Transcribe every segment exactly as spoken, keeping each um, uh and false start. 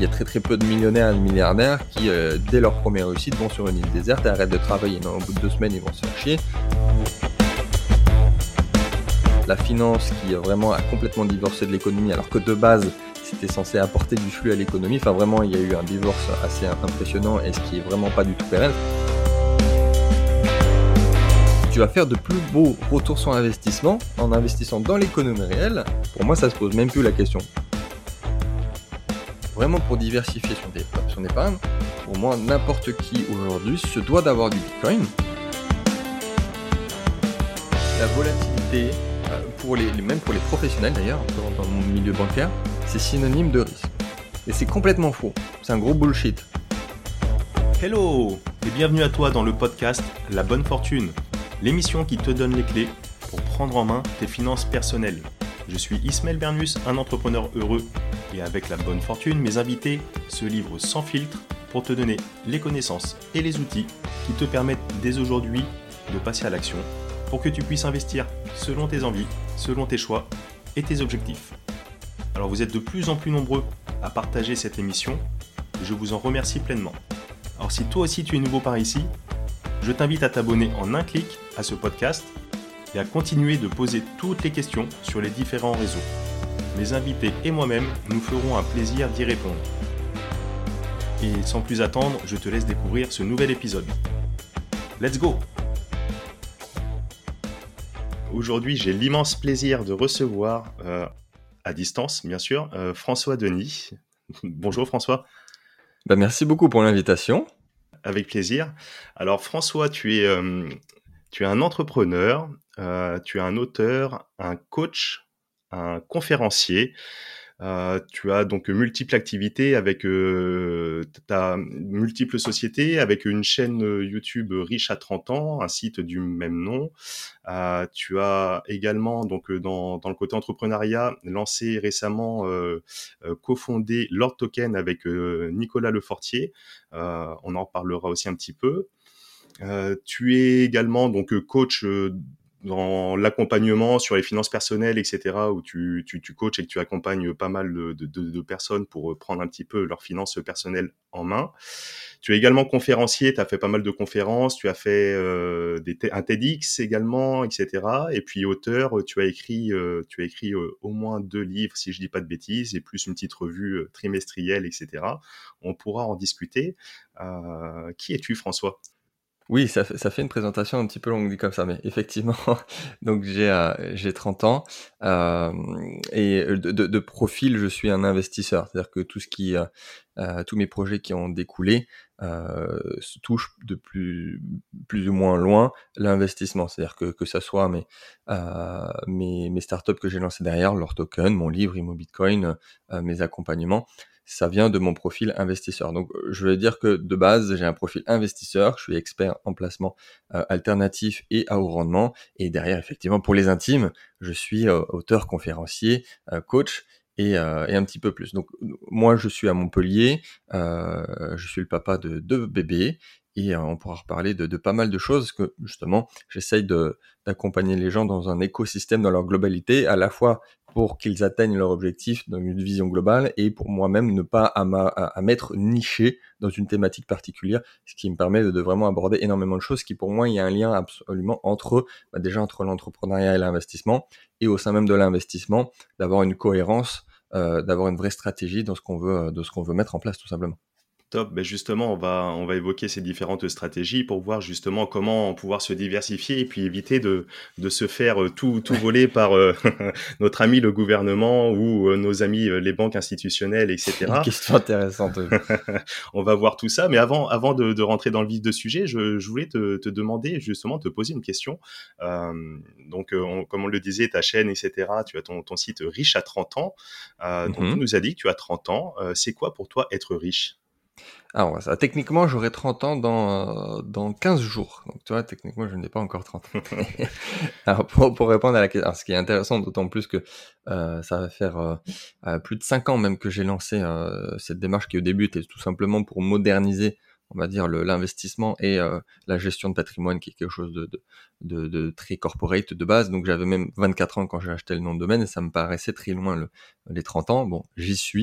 y a très très peu de millionnaires et de milliardaires qui, euh, dès leur première réussite, vont sur une île déserte et arrêtent de travailler. Non, au bout de deux semaines, ils vont se faire chier. La finance qui vraiment a complètement divorcé de l'économie, alors que de base, c'était censé apporter du flux à l'économie. Enfin, vraiment, il y a eu un divorce assez impressionnant et ce qui est vraiment pas du tout pérenne. Tu vas faire de plus beaux retours sur investissement en investissant dans l'économie réelle. Pour moi, ça se pose même plus la question. Vraiment, pour diversifier son, dé- son épargne, pour moi, n'importe qui aujourd'hui se doit d'avoir du Bitcoin. La volatilité, euh, pour les, même pour les professionnels d'ailleurs, dans, dans mon milieu bancaire, c'est synonyme de risque. Et c'est complètement faux. C'est un gros bullshit. Hello et bienvenue à toi dans le podcast La Bonne Fortune, l'émission qui te donne les clés pour prendre en main tes finances personnelles. Je suis Ismaël Bernus, un entrepreneur heureux, et avec La Bonne Fortune, mes invités se livrent sans filtre pour te donner les connaissances et les outils qui te permettent dès aujourd'hui de passer à l'action pour que tu puisses investir selon tes envies, selon tes choix et tes objectifs. Alors vous êtes de plus en plus nombreux à partager cette émission, et je vous en remercie pleinement. Alors si toi aussi tu es nouveau par ici, je t'invite à t'abonner en un clic à ce podcast et à continuer de poser toutes les questions sur les différents réseaux. Mes invités et moi-même nous ferons un plaisir d'y répondre. Et sans plus attendre, je te laisse découvrir ce nouvel épisode. Let's go! Aujourd'hui, j'ai l'immense plaisir de recevoir, euh, à distance bien sûr, euh, François Denis. Bonjour François. Ben, merci beaucoup pour l'invitation. Avec plaisir. Alors François, tu es, euh, tu es un entrepreneur, euh, tu es un auteur, un coach, un conférencier. Euh, tu as donc multiples activités avec euh, ta multiples sociétés, avec une chaîne YouTube Riche à trente ans, un site du même nom. Euh, tu as également donc dans, dans le côté entrepreneuriat lancé récemment, euh, euh, cofondé Lord Token avec euh, Nicolas Lefortier. Euh, on en reparlera aussi un petit peu. Euh, tu es également donc coach euh, dans l'accompagnement sur les finances personnelles, et cetera, où tu, tu, tu coaches et que tu accompagnes pas mal de, de, de personnes pour prendre un petit peu leurs finances personnelles en main. Tu es également conférencier, tu as fait pas mal de conférences, tu as fait euh, des t- un TEDx également, et cetera. Et puis auteur, tu as écrit, euh, tu as écrit euh, au moins deux livres, si je dis pas de bêtises, et plus une petite revue euh, trimestrielle, et cetera. On pourra en discuter. Euh, qui es-tu, François ? Oui, ça fait, ça fait une présentation un petit peu longue dit comme ça, mais effectivement, donc j'ai euh, j'ai trente ans euh, et de, de, de profil, je suis un investisseur, c'est-à-dire que tout ce qui, euh, euh, tous mes projets qui ont découlé euh, se touchent de plus plus ou moins loin l'investissement, c'est-à-dire que que ça soit mes euh, mes mes startups que j'ai lancées derrière, leur token, mon livre Immo Bitcoin, euh, mes accompagnements. Ça vient de mon profil investisseur. Donc, je vais dire que de base, j'ai un profil investisseur, je suis expert en placement euh, alternatif et à haut rendement. Et derrière, effectivement, pour les intimes, je suis euh, auteur, conférencier, euh, coach et, euh, et un petit peu plus. Donc, moi, je suis à Montpellier, euh, je suis le papa de deux bébés et euh, on pourra reparler de, de pas mal de choses parce que, justement, j'essaye de, d'accompagner les gens dans un écosystème dans leur globalité, à la fois pour qu'ils atteignent leur objectif dans une vision globale et pour moi-même ne pas à, ma, à, à m'être niché dans une thématique particulière, ce qui me permet de, de vraiment aborder énormément de choses, qui pour moi, il y a un lien absolument entre, bah déjà entre l'entrepreneuriat et l'investissement, et au sein même de l'investissement, d'avoir une cohérence, euh, d'avoir une vraie stratégie dans ce qu'on veut, de ce qu'on veut mettre en place tout simplement. Top, ben justement, on va, on va évoquer ces différentes stratégies pour voir justement comment pouvoir se diversifier et puis éviter de, de se faire tout, tout voler par euh, notre ami le gouvernement ou euh, nos amis euh, les banques institutionnelles, et cetera. Une question intéressante. On va voir tout ça, mais avant, avant de, de rentrer dans le vif du sujet, je, je voulais te, te demander justement, te poser une question. Euh, donc, on, comme on le disait, ta chaîne, et cetera, tu as ton, ton site Riche à trente ans. Euh, donc, Mm-hmm. tu nous as dit que tu as trente ans. Euh, c'est quoi pour toi être riche ? Alors, ça, techniquement, j'aurai trente ans dans, euh, dans quinze jours. Donc, tu vois, techniquement, je n'ai pas encore trente ans. Alors, pour, pour répondre à la question, alors, ce qui est intéressant, d'autant plus que euh, ça va faire euh, euh, plus de cinq ans même que j'ai lancé euh, cette démarche qui au début était tout simplement pour moderniser, on va dire, le, l'investissement et euh, la gestion de patrimoine, qui est quelque chose de, de, de, de très corporate de base. Donc, j'avais même vingt-quatre ans quand j'ai acheté le nom de domaine et ça me paraissait très loin le, les trente ans. Bon, j'y suis.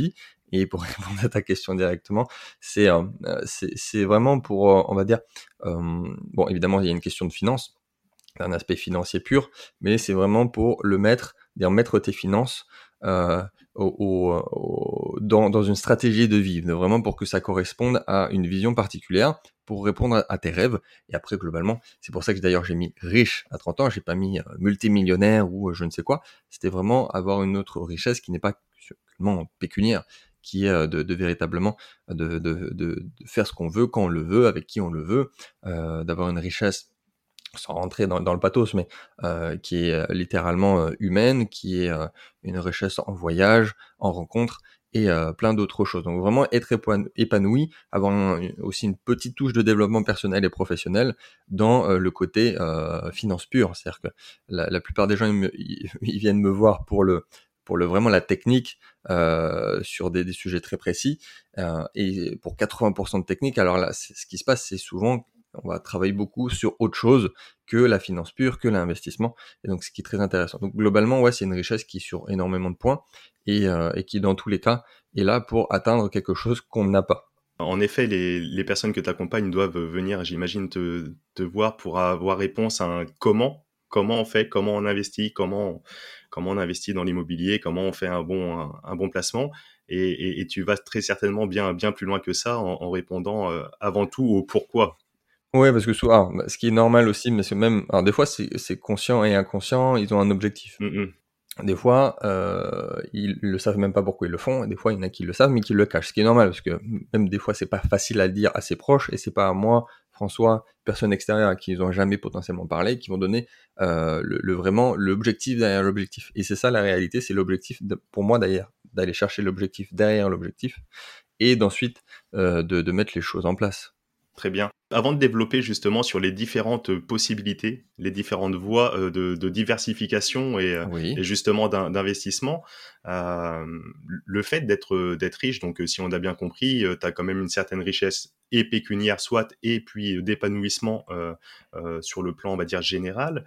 Et pour répondre à ta question directement, c'est euh, c'est c'est vraiment pour, euh, on va dire, euh, bon, évidemment, il y a une question de finance, un aspect financier pur, mais c'est vraiment pour le mettre, dire mettre tes finances euh, au, au, au- dans, dans une stratégie de vie, de vraiment pour que ça corresponde à une vision particulière, pour répondre à, à tes rêves. Et après, globalement, c'est pour ça que d'ailleurs j'ai mis riche à trente ans, j'ai pas mis euh, multimillionnaire ou euh, je ne sais quoi. C'était vraiment avoir une autre richesse qui n'est pas seulement pécuniaire, qui est euh, de, de véritablement de, de, de, de faire ce qu'on veut, quand on le veut, avec qui on le veut, euh, d'avoir une richesse sans rentrer dans, dans le pathos, mais euh, qui est euh, littéralement euh, humaine, qui est euh, une richesse en voyage, en rencontre et euh, plein d'autres choses. Donc vraiment être épan- épanoui, avoir un- aussi une petite touche de développement personnel et professionnel dans euh, le côté euh, finance pure. C'est-à-dire que la, la plupart des gens ils, me- ils- ils viennent me voir pour le pour le vraiment la technique euh, sur des, des sujets très précis euh, et pour quatre-vingts pour cent de technique. Alors là, c'est- ce qui se passe, c'est souvent on va travailler beaucoup sur autre chose que la finance pure, que l'investissement, et donc ce qui est très intéressant. Donc globalement, ouais, c'est une richesse qui est sur énormément de points, et, euh, et qui dans tous les cas est là pour atteindre quelque chose qu'on n'a pas. En effet, les, les personnes que tu accompagnes doivent venir, j'imagine, te, te voir pour avoir réponse à un comment. Comment on fait, comment on investit, comment, comment on investit dans l'immobilier, comment on fait un bon, un, un bon placement. Et, et, et tu vas très certainement bien, bien plus loin que ça en, en répondant euh, avant tout au pourquoi. Ouais, parce que souvent, alors, ce qui est normal aussi, mais c'est même, alors des fois c'est c'est conscient et inconscient, ils ont un objectif. Mm, mm. Des fois, euh, ils le savent même pas pourquoi ils le font, et des fois il y en a qui le savent mais qui le cachent, ce qui est normal, parce que même des fois c'est pas facile à le dire à ses proches, et c'est pas à moi, François, personne extérieure à qui ils ont jamais potentiellement parlé, qui vont donner euh, le, le vraiment l'objectif derrière l'objectif. Et c'est ça la réalité, c'est l'objectif, de- pour moi d'ailleurs, d'aller chercher l'objectif derrière l'objectif, et d'ensuite euh, de, de mettre les choses en place. Très bien. Avant de développer justement sur les différentes possibilités, les différentes voies euh, de, de diversification et, euh, et Oui. justement d'in- d'investissement, euh, le fait d'être d'être riche, donc euh, si on a bien compris, tu as quand même une certaine richesse et pécuniaire soit, et puis euh, d'épanouissement euh, euh, sur le plan, on va dire, général.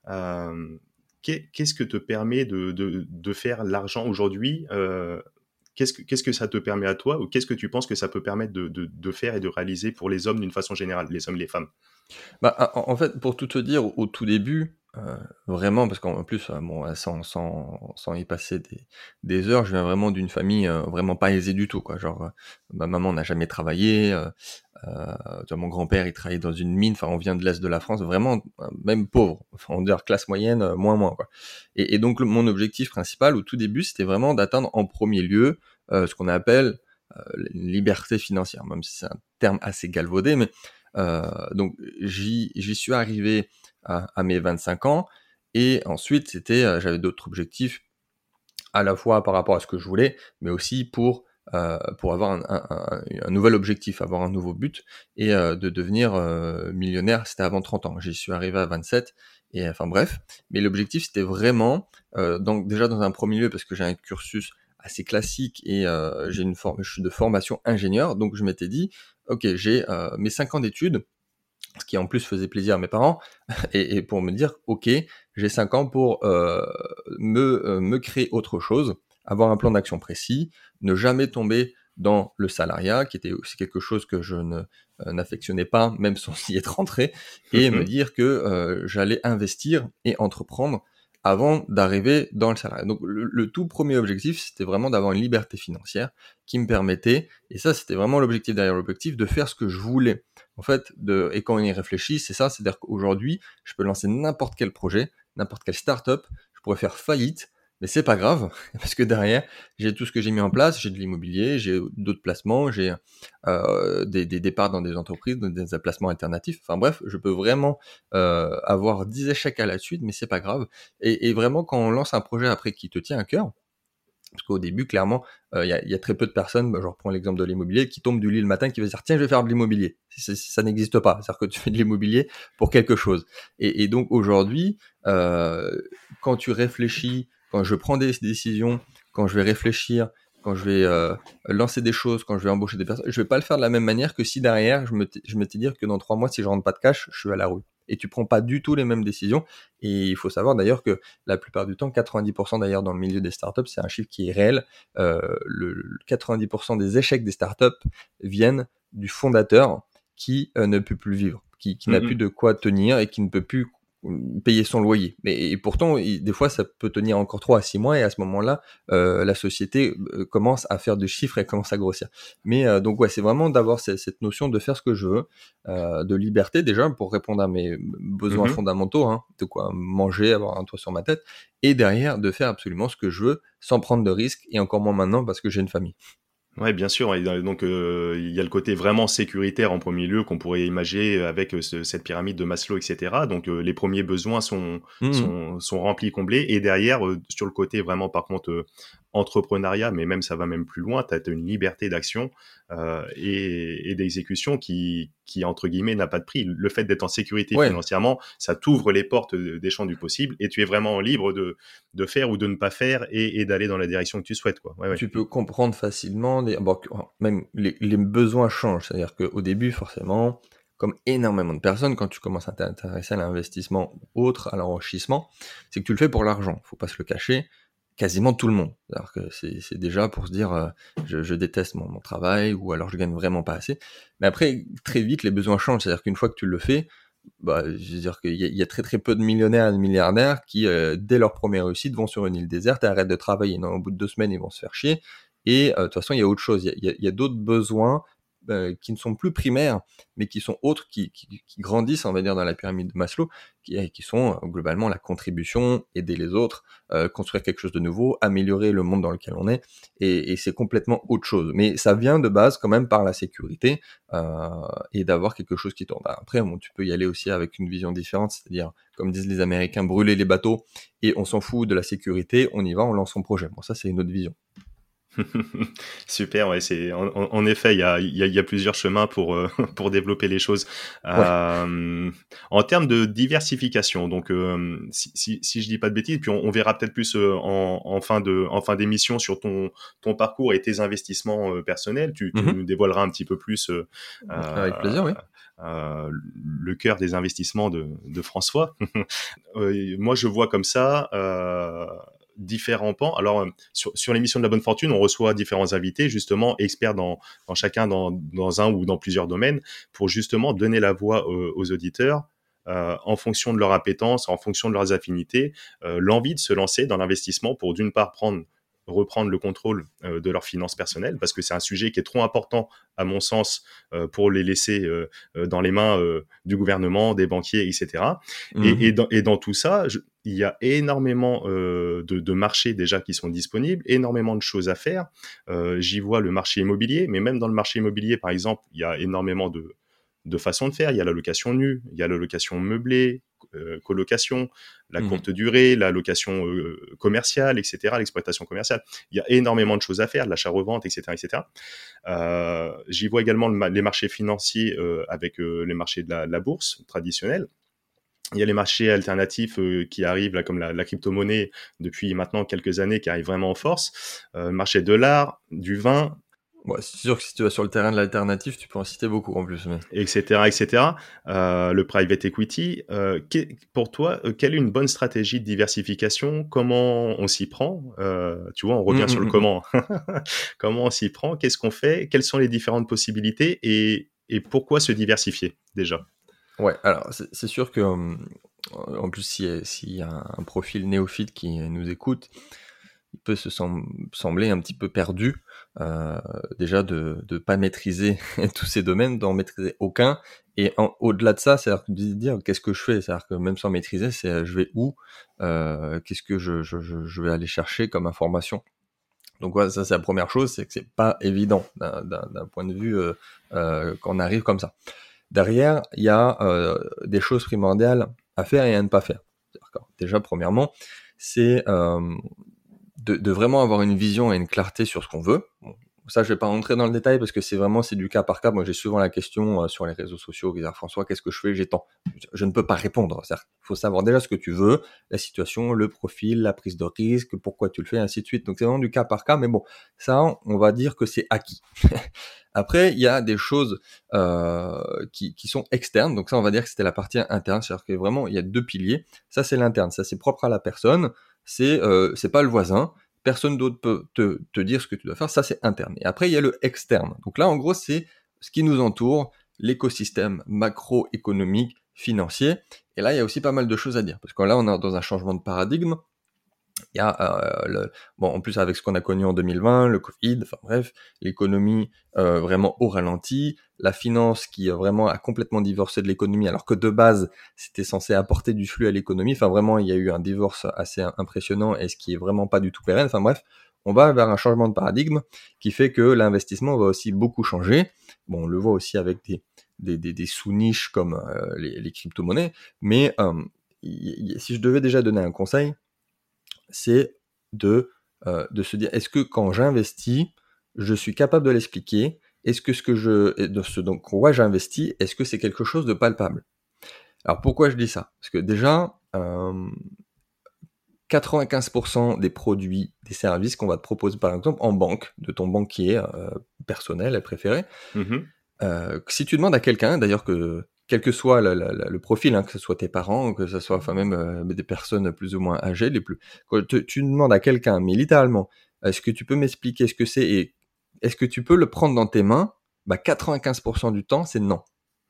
Euh, qu'est- Qu'est-ce que te permet de, de, de faire l'argent aujourd'hui euh, Qu'est-ce que, qu'est-ce que ça te permet à toi ou qu'est-ce que tu penses que ça peut permettre de, de, de faire et de réaliser pour les hommes d'une façon générale, les hommes et les femmes? Bah, en en fait, pour tout te dire, au au tout début, heu, vraiment, parce qu'en plus, heu, bon, heu, sans sans sans y passer des des heures, je viens vraiment d'une famille, heu, vraiment pas aisée du tout, quoi. Genre, heu, ma maman n'a jamais travaillé, heu heu, tu vois, mon grand-père, il travaillait dans une mine, enfin, on vient de l'est de la France, vraiment, heu, même pauvre, enfin, on va dire classe moyenne, heu, moins, moins, quoi. Et et donc le mon objectif principal, au tout début, c'était vraiment d'atteindre en premier lieu, heu, ce qu'on appelle, heu, une liberté financière, même si c'est un terme assez galvaudé, mais euh, donc j'y j'y suis arrivé à, à mes vingt-cinq ans, et ensuite c'était euh, j'avais d'autres objectifs à la fois par rapport à ce que je voulais, mais aussi pour euh, pour avoir un, un- un- un nouvel objectif, avoir un nouveau but, et euh, de devenir euh, millionnaire. C'était avant trente ans. J'y suis arrivé à vingt-sept, et enfin bref. Mais l'objectif c'était vraiment euh, donc déjà dans un premier lieu, parce que j'ai un cursus assez classique, et euh, j'ai une forme, je suis de formation ingénieur, donc je m'étais dit ok, j'ai euh, mes cinq ans d'études, ce qui en plus faisait plaisir à mes parents, et, et pour me dire, ok, j'ai cinq ans pour euh, me, euh, me créer autre chose, avoir un plan d'action précis, ne jamais tomber dans le salariat, qui était aussi quelque chose que je ne euh, n'affectionnais pas, même sans y être rentré, et me dire que euh, j'allais investir et entreprendre avant d'arriver dans le salariat. Donc le, le tout premier objectif, c'était vraiment d'avoir une liberté financière qui me permettait, et ça c'était vraiment l'objectif derrière l'objectif, de faire ce que je voulais. En fait, de, et quand on y réfléchit, c'est ça, c'est-à-dire qu'aujourd'hui, je peux lancer n'importe quel projet, n'importe quelle start-up, je pourrais faire faillite, mais c'est pas grave, parce que derrière, j'ai tout ce que j'ai mis en place, j'ai de l'immobilier, j'ai d'autres placements, j'ai euh, des, des départs dans des entreprises, dans des placements alternatifs, enfin bref, je peux vraiment euh, avoir dix échecs à la suite, mais c'est pas grave. Et, et vraiment, quand on lance un projet après qui te tient à cœur, parce qu'au début, clairement, il euh, y, a, y a très peu de personnes, bah, je reprends l'exemple de l'immobilier, qui tombent du lit le matin, qui va se dire, tiens, je vais faire de l'immobilier. C- c- ça n'existe pas. C'est-à-dire que tu fais de l'immobilier pour quelque chose. Et, et donc aujourd'hui, euh, quand tu réfléchis, quand je prends des décisions, quand je vais réfléchir, quand je vais euh, lancer des choses, quand je vais embaucher des personnes, je vais pas le faire de la même manière que si derrière, je me, t- je me dis dire que dans trois mois, si je rentre pas de cash, je suis à la rue. et tu prends pas du tout les mêmes décisions. Et il faut savoir d'ailleurs que la plupart du temps, quatre-vingt-dix pour cent d'ailleurs dans le milieu des startups, c'est un chiffre qui est réel. Euh, le, le quatre-vingt-dix pour cent des échecs des startups viennent du fondateur qui euh, ne peut plus vivre, qui, qui n'a Mmh plus mh. de quoi tenir et qui ne peut plus payer son loyer. Mais et pourtant, il, des fois, ça peut tenir encore trois à six mois et à ce moment-là, euh, la société euh, commence à faire du chiffre et commence à grossir. Mais euh, donc ouais, c'est vraiment d'avoir cette, cette notion de faire ce que je veux, euh, de liberté déjà pour répondre à mes besoins Mmh. fondamentaux, hein, de quoi manger, avoir un toit sur ma tête, et derrière de faire absolument ce que je veux sans prendre de risques et encore moins maintenant parce que j'ai une famille. Ouais, bien sûr, et dans donc heu, il y a le côté vraiment sécuritaire en premier lieu qu'on pourrait imaginer avec, heu, ce cette pyramide de Maslow et cetera. Donc heu, les premiers besoins sont Mhm. sont sont remplis, comblés et derrière, heu, sur le côté vraiment par contre, heu, entrepreneuriat, mais même ça va même plus loin, tu as une liberté d'action, heu et et d'exécution qui qui entre guillemets «n'a pas de prix». Le fait d'être en sécurité Ouais, financièrement, ça t'ouvre les portes, heu, des champs du possible et tu es vraiment libre de de faire ou de ne pas faire et et d'aller dans la direction que tu souhaites, quoi. Ouais, ouais. tu peux comprendre facilement, les, bon, que- même les, les besoins changent. C'est-à-dire qu'au début, forcément, comme énormément de personnes, quand tu commences à t'intéresser à l'investissement ou autre, à l'enrichissement, c'est que tu le fais pour l'argent. Faut pas se le cacher. Quasiment tout le monde. Alors que c'est, c'est déjà pour se dire, euh, je, je déteste mon, mon travail ou alors je gagne vraiment pas assez. Mais après, très vite, les besoins changent. C'est-à-dire qu'une fois que tu le fais, bah, je veux dire qu'il y a, il y a très très peu de millionnaires et de milliardaires qui, euh, dès leur première réussite, vont sur une île déserte et arrêtent de travailler. Non, au bout de deux semaines, ils vont se faire chier. Et euh, de toute façon, il y a autre chose. Il y a, il y a, il y a d'autres besoins euh, qui ne sont plus primaires, mais qui sont autres, qui, qui, qui grandissent, on va dire, dans la pyramide de Maslow, qui, qui sont euh, globalement la contribution, aider les autres, euh, construire quelque chose de nouveau, améliorer le monde dans lequel on est. Et, et c'est complètement autre chose. Mais ça vient de base quand même par la sécurité euh, et d'avoir quelque chose qui tourne. Après, bon, tu peux y aller aussi avec une vision différente, c'est-à-dire, comme disent les Américains, brûler les bateaux et on s'en fout de la sécurité, on y va, on lance son projet. Bon, ça, c'est une autre vision. Super, ouais, c'est en, en- en effet, il y a, il y a, il y a plusieurs chemins pour euh, pour développer les choses. Ouais. Euh, En termes de diversification, donc euh, si, si si je dis pas de bêtises, puis on, on verra peut-être plus euh, en, en fin de en fin d'émission sur ton ton parcours et tes investissements euh, personnels. Tu tu Mhm. nous dévoileras un petit peu plus euh, Avec euh, plaisir, oui. euh, le cœur des investissements de de François. Euh, moi, je vois comme ça. Euh, différents pans. Alors, euh, sur, sur l'émission de la bonne fortune, on reçoit différents invités, justement, experts dans, dans chacun, dans, dans un ou dans plusieurs domaines, pour justement donner la voix aux, aux auditeurs euh, en fonction de leur appétence, en fonction de leurs affinités, euh, l'envie de se lancer dans l'investissement pour, d'une part, prendre reprendre le contrôle euh, de leurs finances personnelles, parce que c'est un sujet qui est trop important, à mon sens, euh, pour les laisser euh, euh, dans les mains euh, du gouvernement, des banquiers, et cetera. Et, et, Mhm. dans, et dans tout ça, je, il y a énormément euh, de, de marchés déjà qui sont disponibles, énormément de choses à faire. Euh, j'y vois le marché immobilier, mais même dans le marché immobilier, par exemple, il y a énormément de, de façons de faire. Il y a la location nue, il y a la location meublée, euh, colocation, la Mhm. courte durée, la location euh, commerciale, et cetera, l'exploitation commerciale. Il y a énormément de choses à faire, l'achat-revente, et cetera, et cetera. Euh, j'y vois également le, les marchés financiers euh, avec euh, les marchés de la, la bourse traditionnelle. Il y a les marchés alternatifs euh, qui arrivent, là, comme la, la crypto-monnaie, depuis maintenant quelques années, qui arrivent vraiment en force. Euh, le marché de l'art, du vin, Ouais, c'est sûr que si tu vas sur le terrain de l'alternative, tu peux en citer beaucoup en plus. Mais... et cetera, et cetera. Euh, le private equity. Euh, qu'est- pour toi, euh, quelle est une bonne stratégie de diversification? Comment on s'y prend? Euh, Tu vois, on Hum, revient sur hum, le hum, hum. comment. Comment on s'y prend? Qu'est-ce qu'on fait? Quelles sont les différentes possibilités? Et, et pourquoi se diversifier déjà? Ouais, alors c'est c'est sûr que, hum, en plus, s'il y, a- s'il y a un profil néophyte qui nous écoute, il peut se sem- sembler un petit peu perdu, euh, déjà de ne pas maîtriser tous ces domaines, d'en maîtriser aucun. Et en- au-delà de ça, c'est-à-dire de se dire qu'est-ce que je fais, c'est-à-dire que même sans maîtriser, c'est euh, je vais où, euh, qu'est-ce que je, je, je, je vais aller chercher comme information. Donc voilà, ça c'est la première chose, c'est que c'est pas évident d'un d'un- d'un point de vue euh, euh, qu'on arrive comme ça. Derrière, il y a euh, des choses primordiales à faire et à ne pas faire. Déjà, premièrement, c'est euh, de, de vraiment avoir une vision et une clarté sur ce qu'on veut. Bon, Ça, je vais pas rentrer dans le détail parce que c'est vraiment c'est du cas par cas. Moi, j'ai souvent la question euh, sur les réseaux sociaux, qui disent, François, qu'est-ce que je fais? J'ai tant. Je, je ne peux pas répondre. Il faut savoir déjà ce que tu veux, la situation, le profil, la prise de risque, pourquoi tu le fais, ainsi de suite. Donc, c'est vraiment du cas par cas. Mais bon, ça, on va dire que c'est acquis. Après, il y a des choses euh, qui, qui sont externes. Donc ça, on va dire que c'était la partie interne. C'est-à-dire que vraiment, il y a deux piliers. Ça, c'est l'interne. Ça, c'est propre à la personne. C'est euh, c'est pas le voisin. Personne d'autre peut te, te dire ce que tu dois faire. Ça, c'est interne. Et après, il y a le externe. Donc là, en gros, c'est ce qui nous entoure, l'écosystème macroéconomique, financier. Et là, il y a aussi pas mal de choses à dire. Parce que là, on est dans un changement de paradigme. Il y a euh, le, bon, en plus avec ce qu'on a connu en deux mille vingt, le Covid, enfin bref, l'économie euh, vraiment au ralenti, la finance qui euh, vraiment a complètement divorcé de l'économie, alors que de base c'était censé apporter du flux à l'économie. Enfin vraiment, il y a eu un divorce assez impressionnant et ce qui est vraiment pas du tout pérenne. Enfin bref, on va vers un changement de paradigme qui fait que l'investissement va aussi beaucoup changer. Bon, on le voit aussi avec des des, des, des sous-niches comme euh, les, les crypto-monnaies, mais euh, y, y, si je devais déjà donner un conseil, c'est de, euh, de se dire, est-ce que quand j'investis, je suis capable de l'expliquer? Est-ce que ce que je, de ce donc quoi j'investis, est-ce que c'est quelque chose de palpable? Alors pourquoi je dis ça? Parce que déjà, euh, quatre-vingt-quinze pour cent des produits, des services qu'on va te proposer par exemple en banque, de ton banquier euh, personnel préféré, Mmh. euh, si tu demandes à quelqu'un, d'ailleurs que quel que soit le, le, le profil, hein, que ce soit tes parents, que ce soit enfin même euh, des personnes plus ou moins âgées, les plus, quand te- tu demandes à quelqu'un, mais littéralement, est-ce que tu peux m'expliquer ce que c'est et est-ce que tu peux le prendre dans tes mains? Bah quatre-vingt-quinze pour cent du temps, c'est non.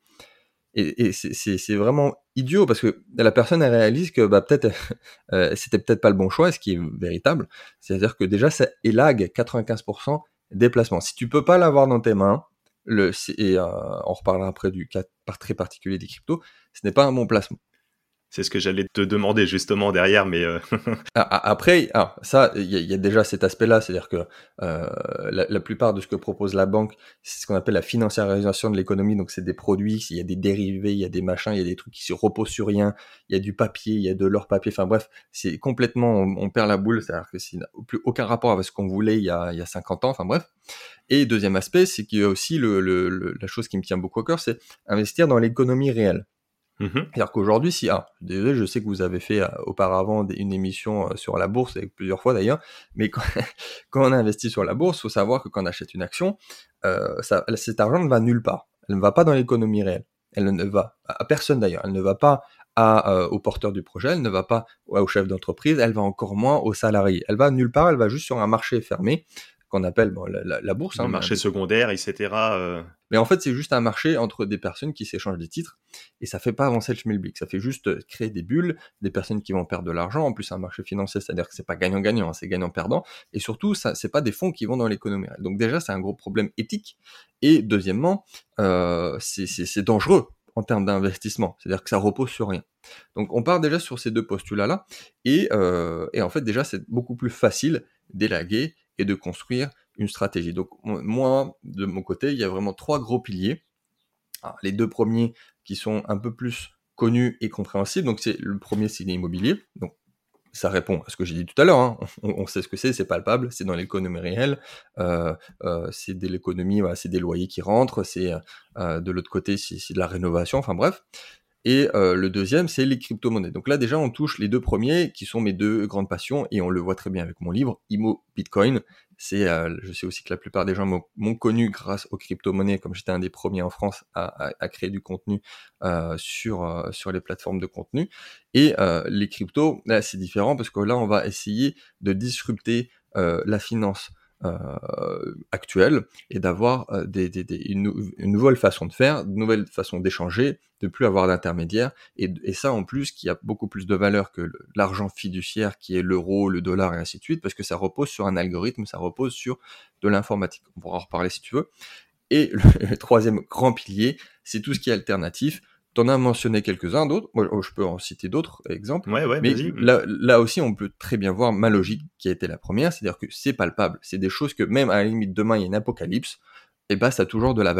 Et, et c'est, c'est, c'est vraiment idiot parce que la personne elle réalise que bah peut-être euh, c'était peut-être pas le bon choix, ce qui est véritable. C'est-à-dire que déjà ça élague quatre-vingt-quinze pour cent des placements. Si tu peux pas l'avoir dans tes mains, le, et euh, on reparlera après du cas par très particulier des cryptos, ce n'est pas un bon placement. C'est ce que j'allais te demander justement derrière, mais heu, A- a- Après, ah, ça, il y, a- il y a déjà cet aspect-là, c'est-à-dire que euh, la, la plupart de ce que propose la banque, c'est ce qu'on appelle la financiarisation de l'économie. Donc, c'est des produits, il y a des dérivés, il y a des machins, il y a des trucs qui se reposent sur rien, il y a du papier, il y a de l'or papier. Enfin bref, c'est complètement, on, on perd la boule, c'est-à-dire que ça n'a plus aucun rapport avec ce qu'on voulait il y a, il y a cinquante ans. Enfin bref. Et deuxième aspect, c'est qu'il y a aussi le, le, le- la chose qui me tient beaucoup à cœur, c'est investir dans l'économie réelle. mmh. C'est-à-dire qu'aujourd'hui, si, ah, désolé, je sais que vous avez fait euh, auparavant des- une émission euh, sur la bourse, avec plusieurs fois d'ailleurs, mais quand, quand on investit sur la bourse, il faut savoir que quand on achète une action, euh, ça, cet argent ne va nulle part. Elle ne va pas dans l'économie réelle. Elle ne va à personne d'ailleurs. Elle ne va pas à, euh, au porteur du projet, elle ne va pas au chef d'entreprise, elle va encore moins aux salariés. Elle va nulle part, elle va juste sur un marché fermé qu'on appelle bon, la, la- la bourse, Le hein, mais marché secondaire et cetera, heu, mais en fait, c'est juste un marché entre des personnes qui s'échangent des titres, et ça fait pas avancer le schmilblick. Ça fait juste euh, créer des bulles, des personnes qui vont perdre de l'argent. En plus, c'est un marché financier, c'est-à-dire que c'est pas gagnant-gagnant, hein, c'est gagnant-perdant. Et surtout, ça, c'est pas des fonds qui vont dans l'économie réelle. Donc déjà, c'est un gros problème éthique. Et deuxièmement, euh, c'est, c'est, c'est dangereux en termes d'investissement. C'est-à-dire que ça repose sur rien. Donc on part déjà sur ces deux postulats-là. Et, euh, et en fait, déjà, c'est beaucoup plus facile d'élaguer et de construire une stratégie. Donc moi, de mon côté, il y a vraiment trois gros piliers. Alors, les deux premiers qui sont un peu plus connus et compréhensibles. Donc c'est le premier, c'est l'immobilier. Donc ça répond à ce que j'ai dit tout à l'heure. Hein. On, on sait ce que c'est, c'est palpable, c'est dans l'économie réelle, euh, euh, c'est de l'économie, voilà, c'est des loyers qui rentrent, c'est euh, de l'autre côté, c'est, c'est de la rénovation. Enfin bref. Et euh, le deuxième, c'est les crypto-monnaies. Donc là, déjà, on touche les deux premiers, qui sont mes deux grandes passions, et on le voit très bien avec mon livre, Imo Bitcoin. C'est, euh, je sais aussi que la plupart des gens m'ont, m'ont connu grâce aux crypto-monnaies, comme j'étais un des premiers en France à, à, à créer du contenu euh, sur euh, sur les plateformes de contenu. Et euh, les cryptos, là, c'est différent parce que là, on va essayer de disrupter euh, la finance euh, actuelle et d'avoir euh, des, des, des, une, nou- une nouvelle façon de faire, une nouvelle façon d'échanger, de plus avoir d'intermédiaires, et, et ça en plus qui a beaucoup plus de valeur que le- l'argent fiduciaire qui est l'euro, le dollar et ainsi de suite, parce que ça repose sur un algorithme, ça repose sur de l'informatique. On pourra en reparler si tu veux. Et le, le troisième grand pilier, c'est tout ce qui est alternatif. T'en as mentionné quelques-uns d'autres, moi je peux en citer d'autres exemples, ouais, ouais, mais vas-y, mmh. là, là aussi on peut très bien voir ma logique qui a été la première, c'est-à-dire que c'est palpable, c'est des choses que même à la limite demain il y a une apocalypse, et bah ça a toujours de la valeur.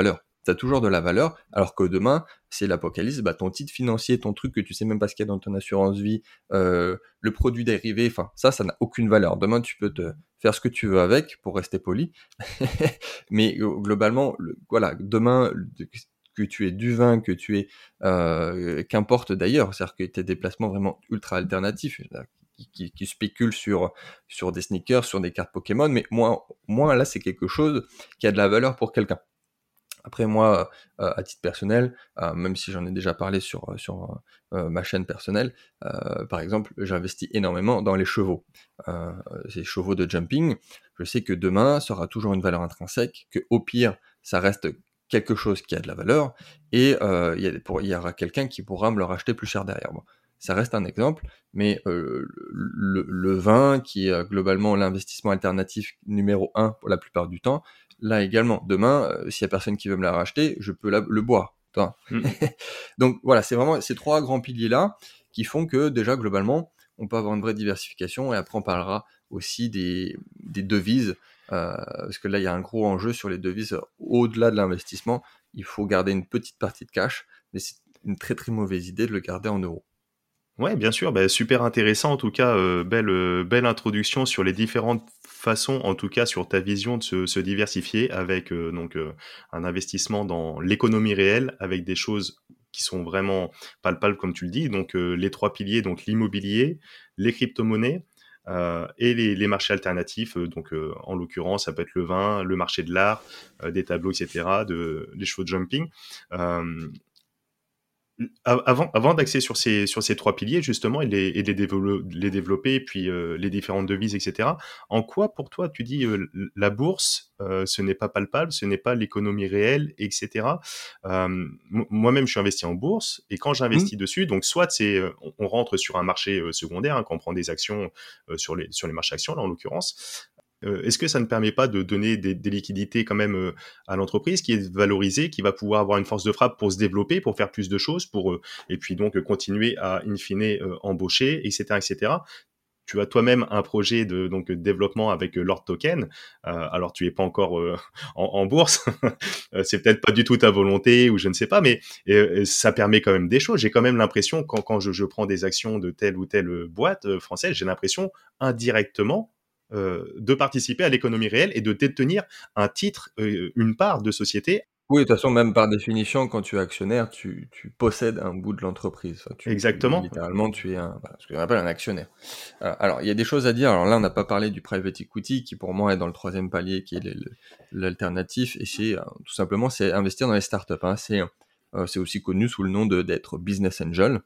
tu as toujours de la valeur, alors que demain, c'est l'apocalypse, bah, ton titre financier, ton truc que tu sais même pas ce qu'il y a dans ton assurance vie, euh, le produit dérivé, enfin, ça, ça n'a aucune valeur. Demain, tu peux te faire ce que tu veux avec, pour rester poli, mais euh, globalement, le, voilà, demain, le- que tu aies du vin, que tu aies, euh, qu'importe d'ailleurs, c'est-à-dire que tu aies des placements vraiment ultra alternatifs, qui, qui, qui spéculent sur, sur des sneakers, sur des cartes Pokémon, mais moi, moi là, c'est quelque chose qui a de la valeur pour quelqu'un. Après moi, euh, à titre personnel, euh, même si j'en ai déjà parlé sur, sur euh, ma chaîne personnelle, euh, par exemple, j'investis énormément dans les chevaux. Euh, ces chevaux de jumping, je sais que demain, ça aura toujours une valeur intrinsèque, que au pire, ça reste quelque chose qui a de la valeur, et euh, il y, a, pour, il y aura quelqu'un qui pourra me le racheter plus cher derrière moi. Ça reste un exemple, mais euh, le, le vin, qui est globalement l'investissement alternatif numéro un pour la plupart du temps, là également, demain, euh, s'il y a personne qui veut me la racheter, je peux la, le boire. Mmh. Donc voilà, c'est vraiment ces trois grands piliers-là qui font que déjà, globalement, on peut avoir une vraie diversification, et après on parlera aussi des, des devises, euh, parce que là, il y a un gros enjeu sur les devises. Au-delà de l'investissement, il faut garder une petite partie de cash, mais c'est une très très mauvaise idée de le garder en euros. Ouais, bien sûr, bah, super intéressant en tout cas, euh, belle, euh, belle introduction sur les différentes façons, en tout cas sur ta vision de se, se diversifier avec euh, donc euh, un investissement dans l'économie réelle, avec des choses qui sont vraiment palpables comme tu le dis, donc euh, les trois piliers, donc l'immobilier, les crypto-monnaies euh, et les, les marchés alternatifs, euh, donc euh, en l'occurrence ça peut être le vin, le marché de l'art, euh, des tableaux, et cetera, de, des chevaux de jumping. Euh, Avant, avant d'axer sur ces, sur ces trois piliers, justement, et les, et les, dévelop- les développer, puis euh, les différentes devises, et cetera, en quoi, pour toi, tu dis euh, la bourse, euh, ce n'est pas palpable, ce n'est pas l'économie réelle, et cetera. Euh, m- moi-même, je suis investi en bourse, et quand Mmh. j'investis dessus, donc soit c'est, euh, on, on rentre sur un marché euh, secondaire, hein, quand on prend des actions euh, sur, les, sur les marchés actions, là, en l'occurrence, euh, est-ce que ça ne permet pas de donner des, des liquidités quand même euh, à l'entreprise qui est valorisée, qui va pouvoir avoir une force de frappe pour se développer, pour faire plus de choses, pour euh, et puis donc euh, continuer à in fine euh, embaucher, et cetera, et cetera. Tu as toi-même un projet de donc de développement avec euh, Lord Token. Euh, alors tu es pas encore euh, en, en bourse, c'est peut-être pas du tout ta volonté ou je ne sais pas, mais euh, ça permet quand même des choses. J'ai quand même l'impression quand quand je, je prends des actions de telle ou telle boîte euh, française, j'ai l'impression indirectement euh, de participer à l'économie réelle et de détenir un titre, euh, une part de société. Oui, de toute façon, même par définition, quand tu es actionnaire, tu, tu possèdes un bout de l'entreprise. Enfin, tu, tu, Exactement. littéralement, tu es un, voilà, ce qu'on appelle un actionnaire. Euh, alors, il y a des choses à dire. Alors là, on n'a pas parlé du private equity, qui pour moi est dans le troisième palier, qui est le- le- l'alternatif. Et c'est euh, tout simplement, c'est investir dans les startups. Hein. C'est, euh, c'est aussi connu sous le nom de d'être business angel,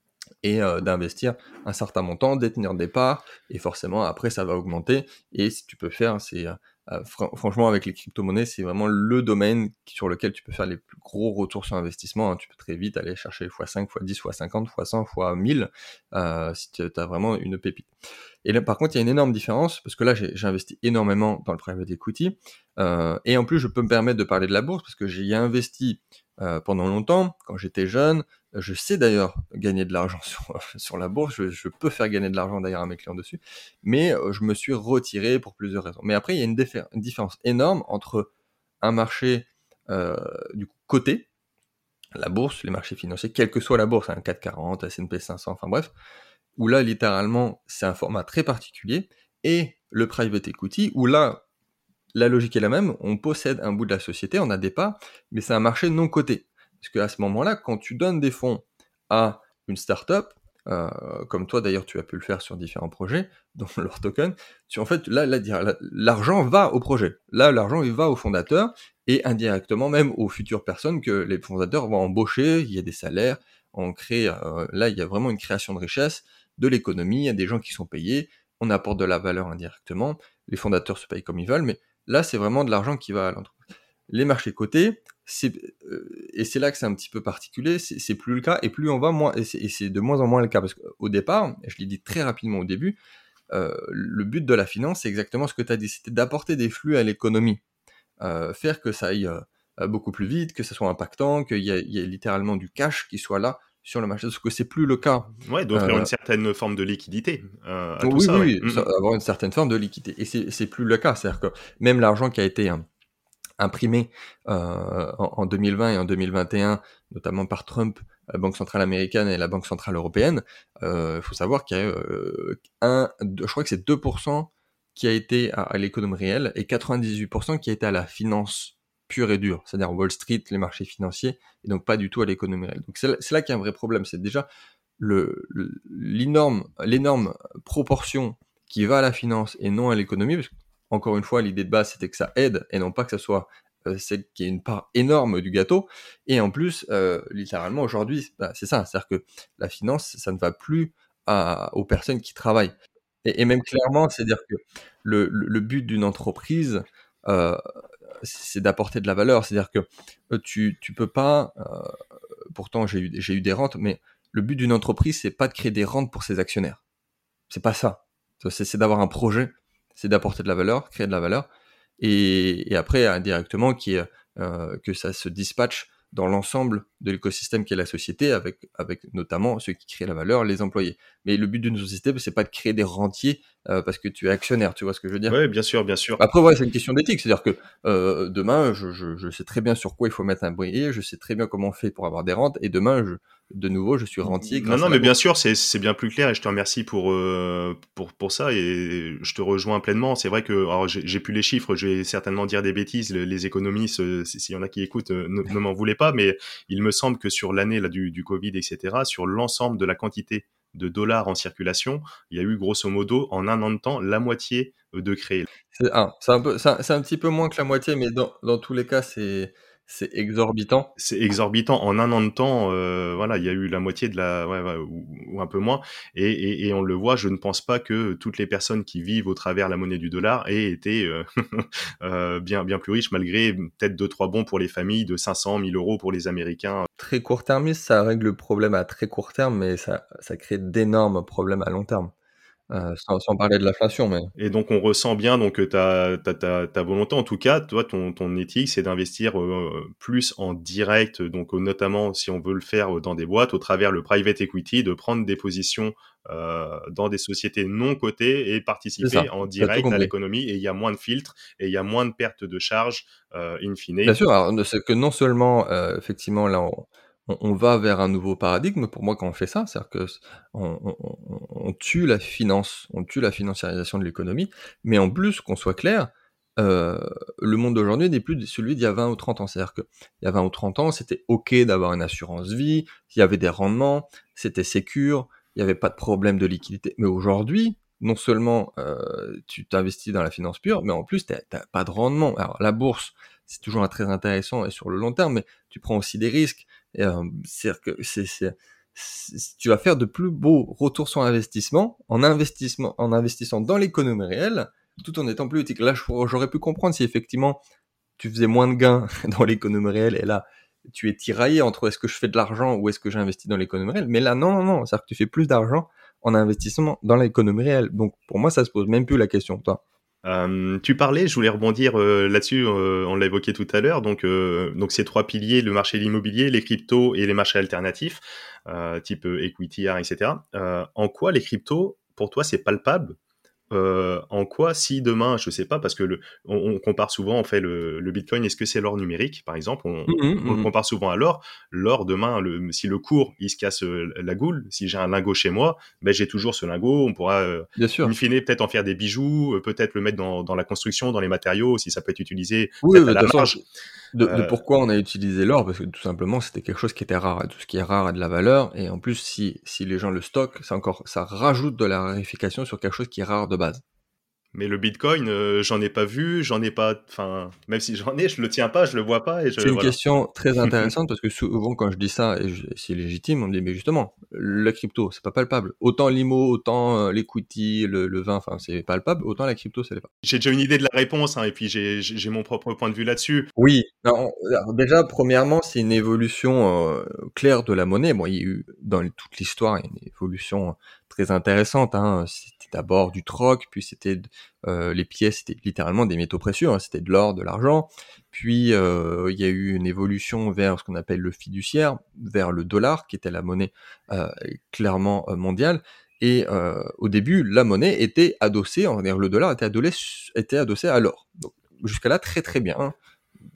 et euh, d'investir un certain montant, détenir des parts, et forcément après ça va augmenter. Et si tu peux faire, c'est euh, euh, fr- franchement avec les crypto-monnaies, c'est vraiment le domaine sur lequel tu peux faire les plus gros retours sur investissement. Hein. Tu peux très vite aller chercher fois cinq, fois dix, fois cinquante, fois cent, fois mille, euh, si tu as vraiment une pépite. Et là, par contre, il y a une énorme différence, parce que là, j'ai, j'ai investi énormément dans le private equity, euh, et en plus, je peux me permettre de parler de la bourse, parce que j'y ai investi euh, pendant longtemps, quand j'étais jeune. Je sais d'ailleurs gagner de l'argent sur, sur la bourse, je, je peux faire gagner de l'argent d'ailleurs à mes clients dessus, mais euh, je me suis retiré pour plusieurs raisons. Mais après, il y a une, diffé- une différence énorme entre un marché euh, du coup coté, la bourse, les marchés financiers, quelle que soit la bourse, un CAC quarante, S and P cinq cents, enfin bref, où là, littéralement, c'est un format très particulier, et le private equity, où là, la logique est la même, on possède un bout de la société, on a des parts, mais c'est un marché non coté. Parce qu'à ce moment-là, quand tu donnes des fonds à une startup, euh, comme toi d'ailleurs tu as pu le faire sur différents projets, dont leur token, tu, en fait, là, là, l'argent va au projet. Là, l'argent, il va au fondateur, et indirectement même aux futures personnes que les fondateurs vont embaucher, il y a des salaires, on crée, euh, là, il y a vraiment une création de richesse, de l'économie, il y a des gens qui sont payés, on apporte de la valeur indirectement, les fondateurs se payent comme ils veulent, mais là, c'est vraiment de l'argent qui va à l'entreprise. Les marchés cotés, c'est, euh, et c'est là que c'est un petit peu particulier, c'est, c'est plus le cas, et plus on va, moins, et c'est, et c'est de moins en moins le cas, parce qu'au départ, je l'ai dit très rapidement au début, euh, le but de la finance, c'est exactement ce que tu as dit, c'était d'apporter des flux à l'économie, euh, faire que ça aille euh, beaucoup plus vite, que ça soit impactant, qu'il y ait, il y ait littéralement du cash qui soit là sur le marché, parce que c'est plus le cas. Ouais, d'offrir une Euh, certaine forme de liquidité euh, à tout oui, ça, oui, ouais. oui, Mm, ça- mm. avoir une certaine forme de liquidité, et c'est, c'est plus le cas, c'est-à-dire que même l'argent qui a été hein, imprimé euh, en, en deux mille vingt et en deux mille vingt et un, notamment par Trump, la Banque centrale américaine et la Banque centrale européenne. Il euh, faut savoir qu'il y a euh, un, deux, je crois que c'est deux pour cent qui a été à, à l'économie réelle et quatre-vingt-dix-huit pour cent qui a été à la finance pure et dure, c'est-à-dire Wall Street, les marchés financiers, et donc pas du tout à l'économie réelle. Donc c'est là, c'est là qu'il y a un vrai problème, c'est déjà le, le, l'énorme, l'énorme proportion qui va à la finance et non à l'économie, parce que, encore une fois, l'idée de base, c'était que ça aide, et non pas que ça soit euh, celle qui est une part énorme du gâteau. Et en plus, euh, littéralement, aujourd'hui, bah, c'est ça, c'est-à-dire que la finance, ça ne va plus à, aux personnes qui travaillent. Et, et même clairement, c'est-à-dire que le, le, le but d'une entreprise, euh, c'est d'apporter de la valeur. C'est-à-dire que euh, tu, tu peux pas, euh, pourtant j'ai eu, j'ai eu des rentes, mais le but d'une entreprise, c'est pas de créer des rentes pour ses actionnaires. C'est pas ça. C'est, c'est d'avoir un projet, c'est d'apporter de la valeur, créer de la valeur, et, et après indirectement qui est, euh, que ça se dispatche dans l'ensemble de l'écosystème qui est la société, avec, avec notamment ceux qui créent la valeur, les employés. Mais le but d'une société, c'est pas de créer des rentiers euh, parce que tu es actionnaire, tu vois ce que je veux dire? Ouais, bien sûr, bien sûr. Après, ouais, c'est une question d'éthique, c'est-à-dire que euh, demain, je, je, je sais très bien sur quoi il faut mettre un brillet, je sais très bien comment on fait pour avoir des rentes, et demain, je, de nouveau, je suis rentier Non, grâce non, à la mais bien bourse. sûr, c'est c'est bien plus clair et je te remercie pour euh, pour pour ça et je te rejoins pleinement. C'est vrai que alors j'ai j'ai plus les chiffres, je vais certainement dire des bêtises. Les, les économistes, euh, si- s'il y en a qui écoutent, euh, ne, ne m'en voulez pas, mais il me semble que sur l'année là du du Covid, et cetera, sur l'ensemble de la quantité de dollars en circulation, il y a eu grosso modo en un an de temps la moitié euh, de créés. C'est un, c'est un peu, c'est un, c'est un petit peu moins que la moitié, mais dans, dans tous les cas, c'est, c'est exorbitant. C'est exorbitant. En un an de temps, euh, voilà, il y a eu la moitié de la, ouais, ouais, ou, ou un peu moins. Et, et, et on le voit. Je ne pense pas que toutes les personnes qui vivent au travers la monnaie du dollar aient été euh, euh, bien bien plus riches, malgré peut-être deux trois bons pour les familles de cinq cents, mille euros pour les Américains. Très court-termiste, ça règle le problème à très court terme, mais ça, ça crée d'énormes problèmes à long terme. Euh, sans, sans parler de l'inflation, mais Et donc on ressent bien donc euh, ta, ta, ta, ta volonté, en tout cas, toi, ton, ton éthique, c'est d'investir euh, plus en direct, donc euh, notamment si on veut le faire euh, dans des boîtes, au travers le private equity, de prendre des positions euh, dans des sociétés non cotées et c'est ça. participer en Tu as tout direct à compris. l'économie. Et il y a moins de filtres et il y a moins de pertes de charges euh, in Bien fine. sûr, alors, c'est que non seulement, euh, effectivement, là, on, on- on va vers un nouveau paradigme, pour moi, quand on fait ça, c'est-à-dire que c- on, on- on- on tue la finance, on tue la financiarisation de l'économie, mais en plus, qu'on soit clair, euh, le monde d'aujourd'hui n'est plus celui d'il y a vingt ou trente ans. C'est-à-dire que il y a vingt ou trente ans, c'était OK d'avoir une assurance vie, il y avait des rendements, c'était sécure, il n'y avait pas de problème de liquidité. Mais aujourd'hui, non seulement euh, tu t'investis dans la finance pure, mais en plus, tu n'as pas de rendement. Alors, la bourse, c'est toujours très intéressant et sur le long terme, mais tu prends aussi des risques. Et, euh, c'est-à-dire que c'est, c'est, c'est- tu vas faire de plus beaux retours sur investissement en investissement, en investissant dans l'économie réelle, tout en étant plus éthique. Là, j'aurais pu comprendre si effectivement tu faisais moins de gains dans l'économie réelle et là, tu es tiraillé entre est-ce que je fais de l'argent ou est-ce que j'investis dans l'économie réelle. Mais là, non, non, non. C'est-à-dire que tu fais plus d'argent en investissement dans l'économie réelle. Donc, pour moi, ça se pose même plus la question, toi. Euh, tu parlais, je voulais rebondir euh, là-dessus, euh, on l'a évoqué tout à l'heure, donc, euh, donc ces trois piliers, le marché de l'immobilier, les cryptos et les marchés alternatifs, euh, type euh, equity, art, et cetera. Euh, en quoi les cryptos, pour toi, c'est palpable? Euh, en quoi, si demain, je sais pas, parce que le, on, on compare souvent, on fait le, le Bitcoin, est-ce que c'est l'or numérique, par exemple, on, Mhm, on le mhm. compare souvent à l'or. L'or, demain, le, si le cours, il se casse euh, la goule, si j'ai un lingot chez moi, ben j'ai toujours ce lingot, on pourra, euh, Bien in sûr. fine, peut-être en faire des bijoux, euh, peut-être le mettre dans, dans la construction, dans les matériaux, si ça peut être utilisé, Oui, peut-être de à toute la façon, marge. de, de Euh, pourquoi on a utilisé l'or, parce que tout simplement c'était quelque chose qui était rare, et tout ce qui est rare a de la valeur, et en plus si, si les gens le stockent, c'est encore, ça rajoute de la raréfication sur quelque chose qui est rare de base. mais le Bitcoin, euh, j'en ai pas vu, j'en ai pas, enfin, même si j'en ai, je le tiens pas, je le vois pas, et je, C'est une voilà. question très intéressante parce que souvent quand je dis ça, et je- c'est légitime, on me dit mais justement, la crypto, c'est pas palpable. Autant l'I M O, autant euh, l'equity, le, le vin, enfin c'est palpable, autant la crypto, ça l'est pas. J'ai déjà une idée de la réponse, hein, et puis j'ai j'ai j'ai mon propre point de vue là-dessus. Oui, non, alors déjà, premièrement, c'est une évolution euh, claire de la monnaie. Bon, il y a eu dans toute l'histoire une évolution très intéressante. Hein. C'était d'abord du troc, puis c'était euh, les pièces, c'était littéralement des métaux précieux. Hein. C'était de l'or, de l'argent. Puis euh, il y a eu une évolution vers ce qu'on appelle le fiduciaire, vers le dollar, qui était la monnaie euh, clairement euh, mondiale. Et euh, au début, la monnaie était adossée, on va dire le dollar était adossé, était adossé à l'or. Donc jusqu'à là, très très bien. Hein.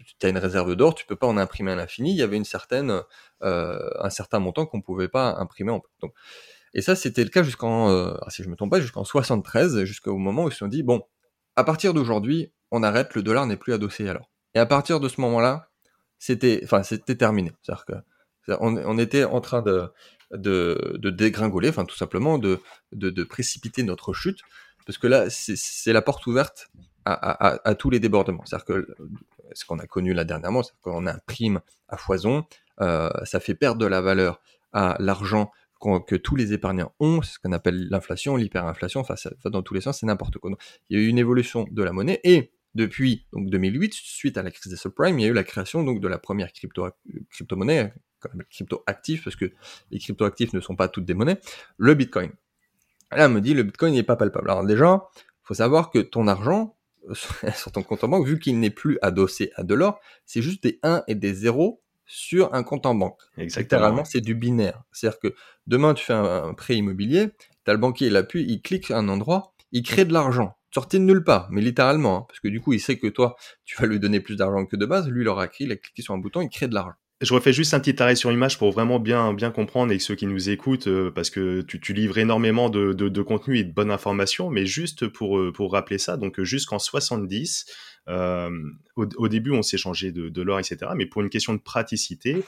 tu as une réserve d'or, tu peux pas en imprimer à l'infini. Il y avait une certaine, euh, un certain montant qu'on pouvait pas imprimer en plus. Donc, et ça, c'était le cas jusqu'en, euh, si je me trompe pas, jusqu'en soixante-treize, jusqu'au moment où ils se sont dit, bon, à partir d'aujourd'hui, on arrête, le dollar n'est plus adossé alors. Et à partir de ce moment-là, c'était, enfin, c'était terminé. C'est-à-dire que, on, on était en train de, de, de dégringoler, enfin, tout simplement, de, de, de précipiter notre chute, parce que là, c'est, c'est la porte ouverte à, à, à, à tous les débordements. C'est-à-dire que ce qu'on a connu là dernièrement, c'est qu'on imprime à foison, euh, ça fait perdre de la valeur à l'argent que tous les épargnants ont, c'est ce qu'on appelle l'inflation, l'hyperinflation, enfin, ça, dans tous les sens, c'est n'importe quoi. Donc, il y a eu une évolution de la monnaie, et depuis donc deux mille huit, suite à la crise des subprimes, il y a eu la création donc de la première crypto, crypto-monnaie, crypto-actif, parce que les crypto-actifs ne sont pas toutes des monnaies, le Bitcoin. Là, on me dit, le Bitcoin n'est pas palpable. Alors déjà, il faut savoir que ton argent, sur ton compte en banque, vu qu'il n'est plus adossé à de l'or, c'est juste des un et des zéro sur un compte en banque. Exactement. Littéralement, Ouais. c'est du binaire. C'est-à-dire que demain, tu fais un, un prêt immobilier, tu as le banquier, il appuie, il clique à un endroit, il crée de l'argent. Sorti de nulle part, mais littéralement, hein, parce que du coup, il sait que toi, tu vas lui donner plus d'argent que de base, lui, il aura écrit, il a cliqué sur un bouton, il crée de l'argent. Je refais juste un petit arrêt sur image pour vraiment bien bien comprendre, et que ceux qui nous écoutent, euh, parce que tu, tu livres énormément de, de, de contenu et de bonnes informations, mais juste pour pour rappeler ça, donc jusqu'en soixante-dix, euh, au, au début on s'échangeait de, de l'or, et cetera. Mais pour une question de praticité,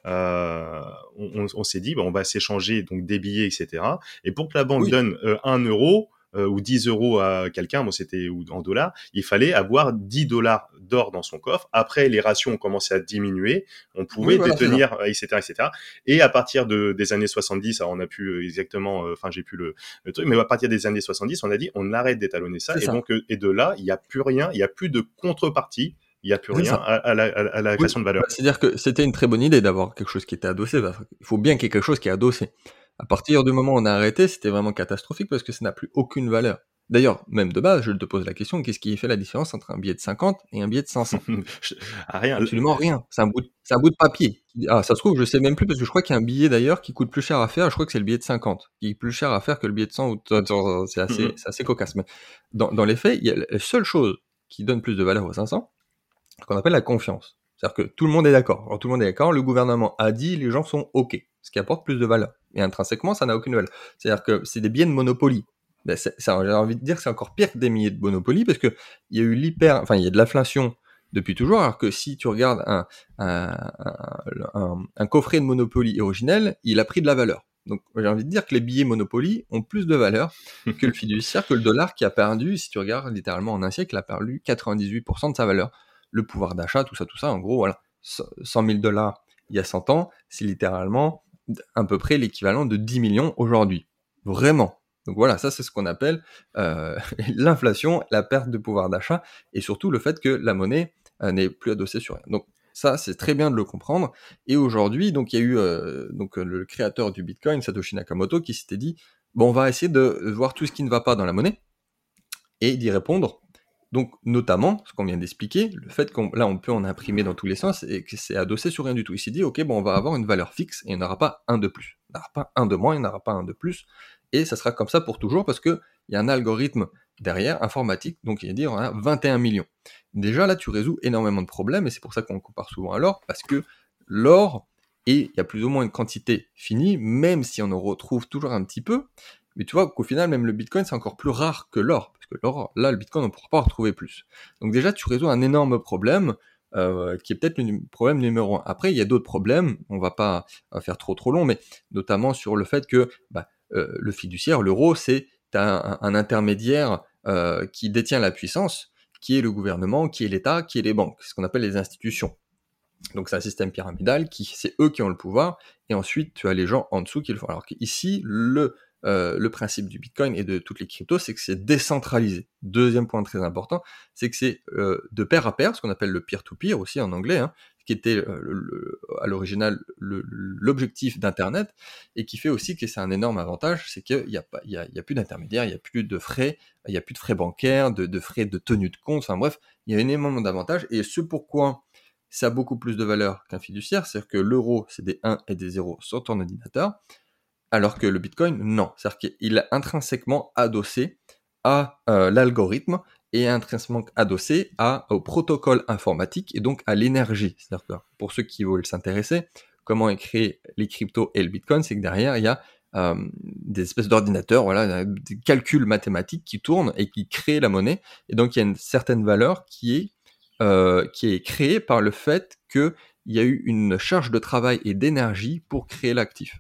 euh, on, on s'est dit, bah, on va s'échanger donc des billets, et cetera. Et pour que la banque Oui. donne euh, un euro, Euh, ou dix euros à quelqu'un, bon, c'était ou en dollars, il fallait avoir dix dollars d'or dans son coffre. Après, les rations ont commencé à diminuer, on pouvait Oui, voilà, détenir, et cetera, et cetera. Et à partir de, des années soixante-dix, alors on a pu exactement, enfin, euh, j'ai pu le, le truc, mais à partir des années soixante-dix, on a dit, on arrête d'étalonner ça. c'est Et ça. donc, euh, et de là, il n'y a plus rien, il n'y a plus de contrepartie, il n'y a plus C'est rien ça. à, à, la, à la Oui, création de valeur. bah, c'est-à-dire que c'était une très bonne idée d'avoir quelque chose qui était adossé. Parce qu'il faut bien qu'il y ait quelque chose qui est adossé. À partir du moment où on a arrêté, c'était vraiment catastrophique parce que ça n'a plus aucune valeur. D'ailleurs, même de base, je te pose la question, qu'est-ce qui fait la différence entre un billet de cinquante et un billet de cinq cents? Ah, rien. Absolument rien. C'est un bout de, c'est un bout de papier. Ah, ça se trouve, je sais même plus parce que je crois qu'il y a un billet d'ailleurs qui coûte plus cher à faire. Je crois que c'est le billet de cinquante qui est plus cher à faire que le billet de cent. Ou... C'est assez, c'est assez cocasse. Mais dans, dans les faits, il y a la seule chose qui donne plus de valeur aux cinq cents, qu'on appelle la confiance. C'est-à-dire que tout le monde est d'accord. Alors, tout le monde est d'accord, le gouvernement a dit, les gens sont OK, ce qui apporte plus de valeur. Et intrinsèquement, ça n'a aucune valeur. C'est-à-dire que c'est des billets de Monopoly. Ben, c'est, c'est, j'ai envie de dire que c'est encore pire que des billets de Monopoly parce que il y a eu l'hyper, enfin, il y a de l'inflation depuis toujours, alors que si tu regardes un, un, un, un, un coffret de Monopoly originel, il a pris de la valeur. Donc, j'ai envie de dire que les billets Monopoly ont plus de valeur que le fiduciaire, que le dollar qui a perdu, si tu regardes littéralement en un siècle, a perdu quatre-vingt-dix-huit pour cent de sa valeur. Le pouvoir d'achat, tout ça, tout ça, en gros, voilà, cent mille dollars il y a cent ans, c'est littéralement à peu près l'équivalent de dix millions aujourd'hui. Vraiment. Donc voilà, ça c'est ce qu'on appelle euh, l'inflation, la perte de pouvoir d'achat, et surtout le fait que la monnaie euh, n'est plus adossée sur rien. Donc ça, c'est très bien de le comprendre. Et aujourd'hui, donc il y a eu euh, donc le créateur du Bitcoin, Satoshi Nakamoto, qui s'était dit, bon, on va essayer de voir tout ce qui ne va pas dans la monnaie et d'y répondre. Donc, notamment, ce qu'on vient d'expliquer, le fait qu'on là, on peut en imprimer dans tous les sens et que c'est adossé sur rien du tout. Il s'est dit, ok, bon, on va avoir une valeur fixe et il n'y en aura pas un de plus. Il n'y en aura pas un de moins, il n'y en aura pas un de plus. Et ça sera comme ça pour toujours parce qu'il y a un algorithme derrière, informatique, donc il va dire, on a vingt et un millions. Déjà, là, tu résous énormément de problèmes et c'est pour ça qu'on compare souvent à l'or, parce que l'or, et il y a plus ou moins une quantité finie, même si on en retrouve toujours un petit peu. Mais tu vois qu'au final, même le Bitcoin, c'est encore plus rare que l'or. Parce que l'or, là, le Bitcoin, on ne pourra pas en retrouver plus. Donc déjà, tu résous un énorme problème, euh, qui est peut-être le problème numéro un. Après, il y a d'autres problèmes, on va pas faire trop trop long, mais notamment sur le fait que bah, euh, le fiduciaire, l'euro, c'est un, un intermédiaire euh, qui détient la puissance, qui est le gouvernement, qui est l'État, qui est les banques, ce qu'on appelle les institutions. Donc c'est un système pyramidal, qui c'est eux qui ont le pouvoir, et ensuite tu as les gens en dessous qui le font. Alors qu'ici, le Euh, le principe du Bitcoin et de toutes les cryptos, c'est que c'est décentralisé. Deuxième point très important, c'est que c'est euh, de pair à pair, ce qu'on appelle le peer-to-peer aussi en anglais, hein, qui était euh, le, le, à l'original le, l'objectif d'Internet, et qui fait aussi que c'est un énorme avantage, c'est qu'il n'y a, pas, il y a, il y a plus d'intermédiaires, il n'y a plus de frais, il n'y a plus de frais bancaires, de, de frais de tenue de compte, enfin bref, il y a énormément d'avantages, et ce pourquoi ça a beaucoup plus de valeur qu'un fiduciaire, c'est-à-dire que l'euro, c'est des un et des zéro sur ton ordinateur, alors que le Bitcoin, non. C'est-à-dire qu'il est intrinsèquement adossé à euh, l'algorithme, est intrinsèquement adossé à, au protocole informatique et donc à l'énergie. C'est-à-dire que pour ceux qui veulent s'intéresser, comment est créé les cryptos et le Bitcoin, c'est que derrière, il y a euh, des espèces d'ordinateurs, voilà, des calculs mathématiques qui tournent et qui créent la monnaie. Et donc, il y a une certaine valeur qui est, euh, qui est créée par le fait qu'il y a eu une charge de travail et d'énergie pour créer l'actif.